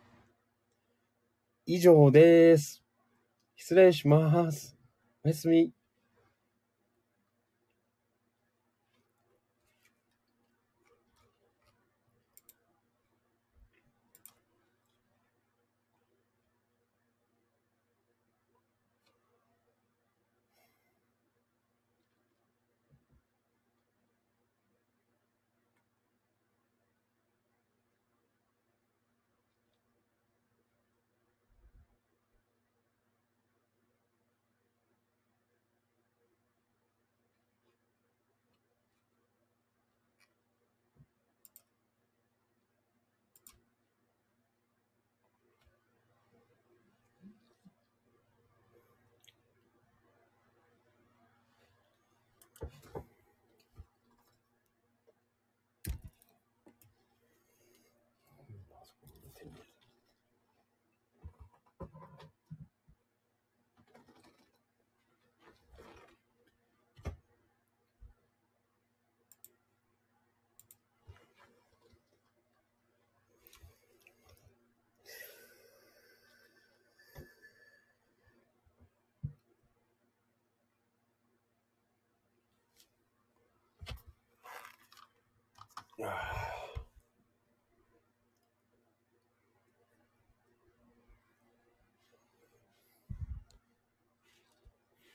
以上です。失礼します。おやすみ。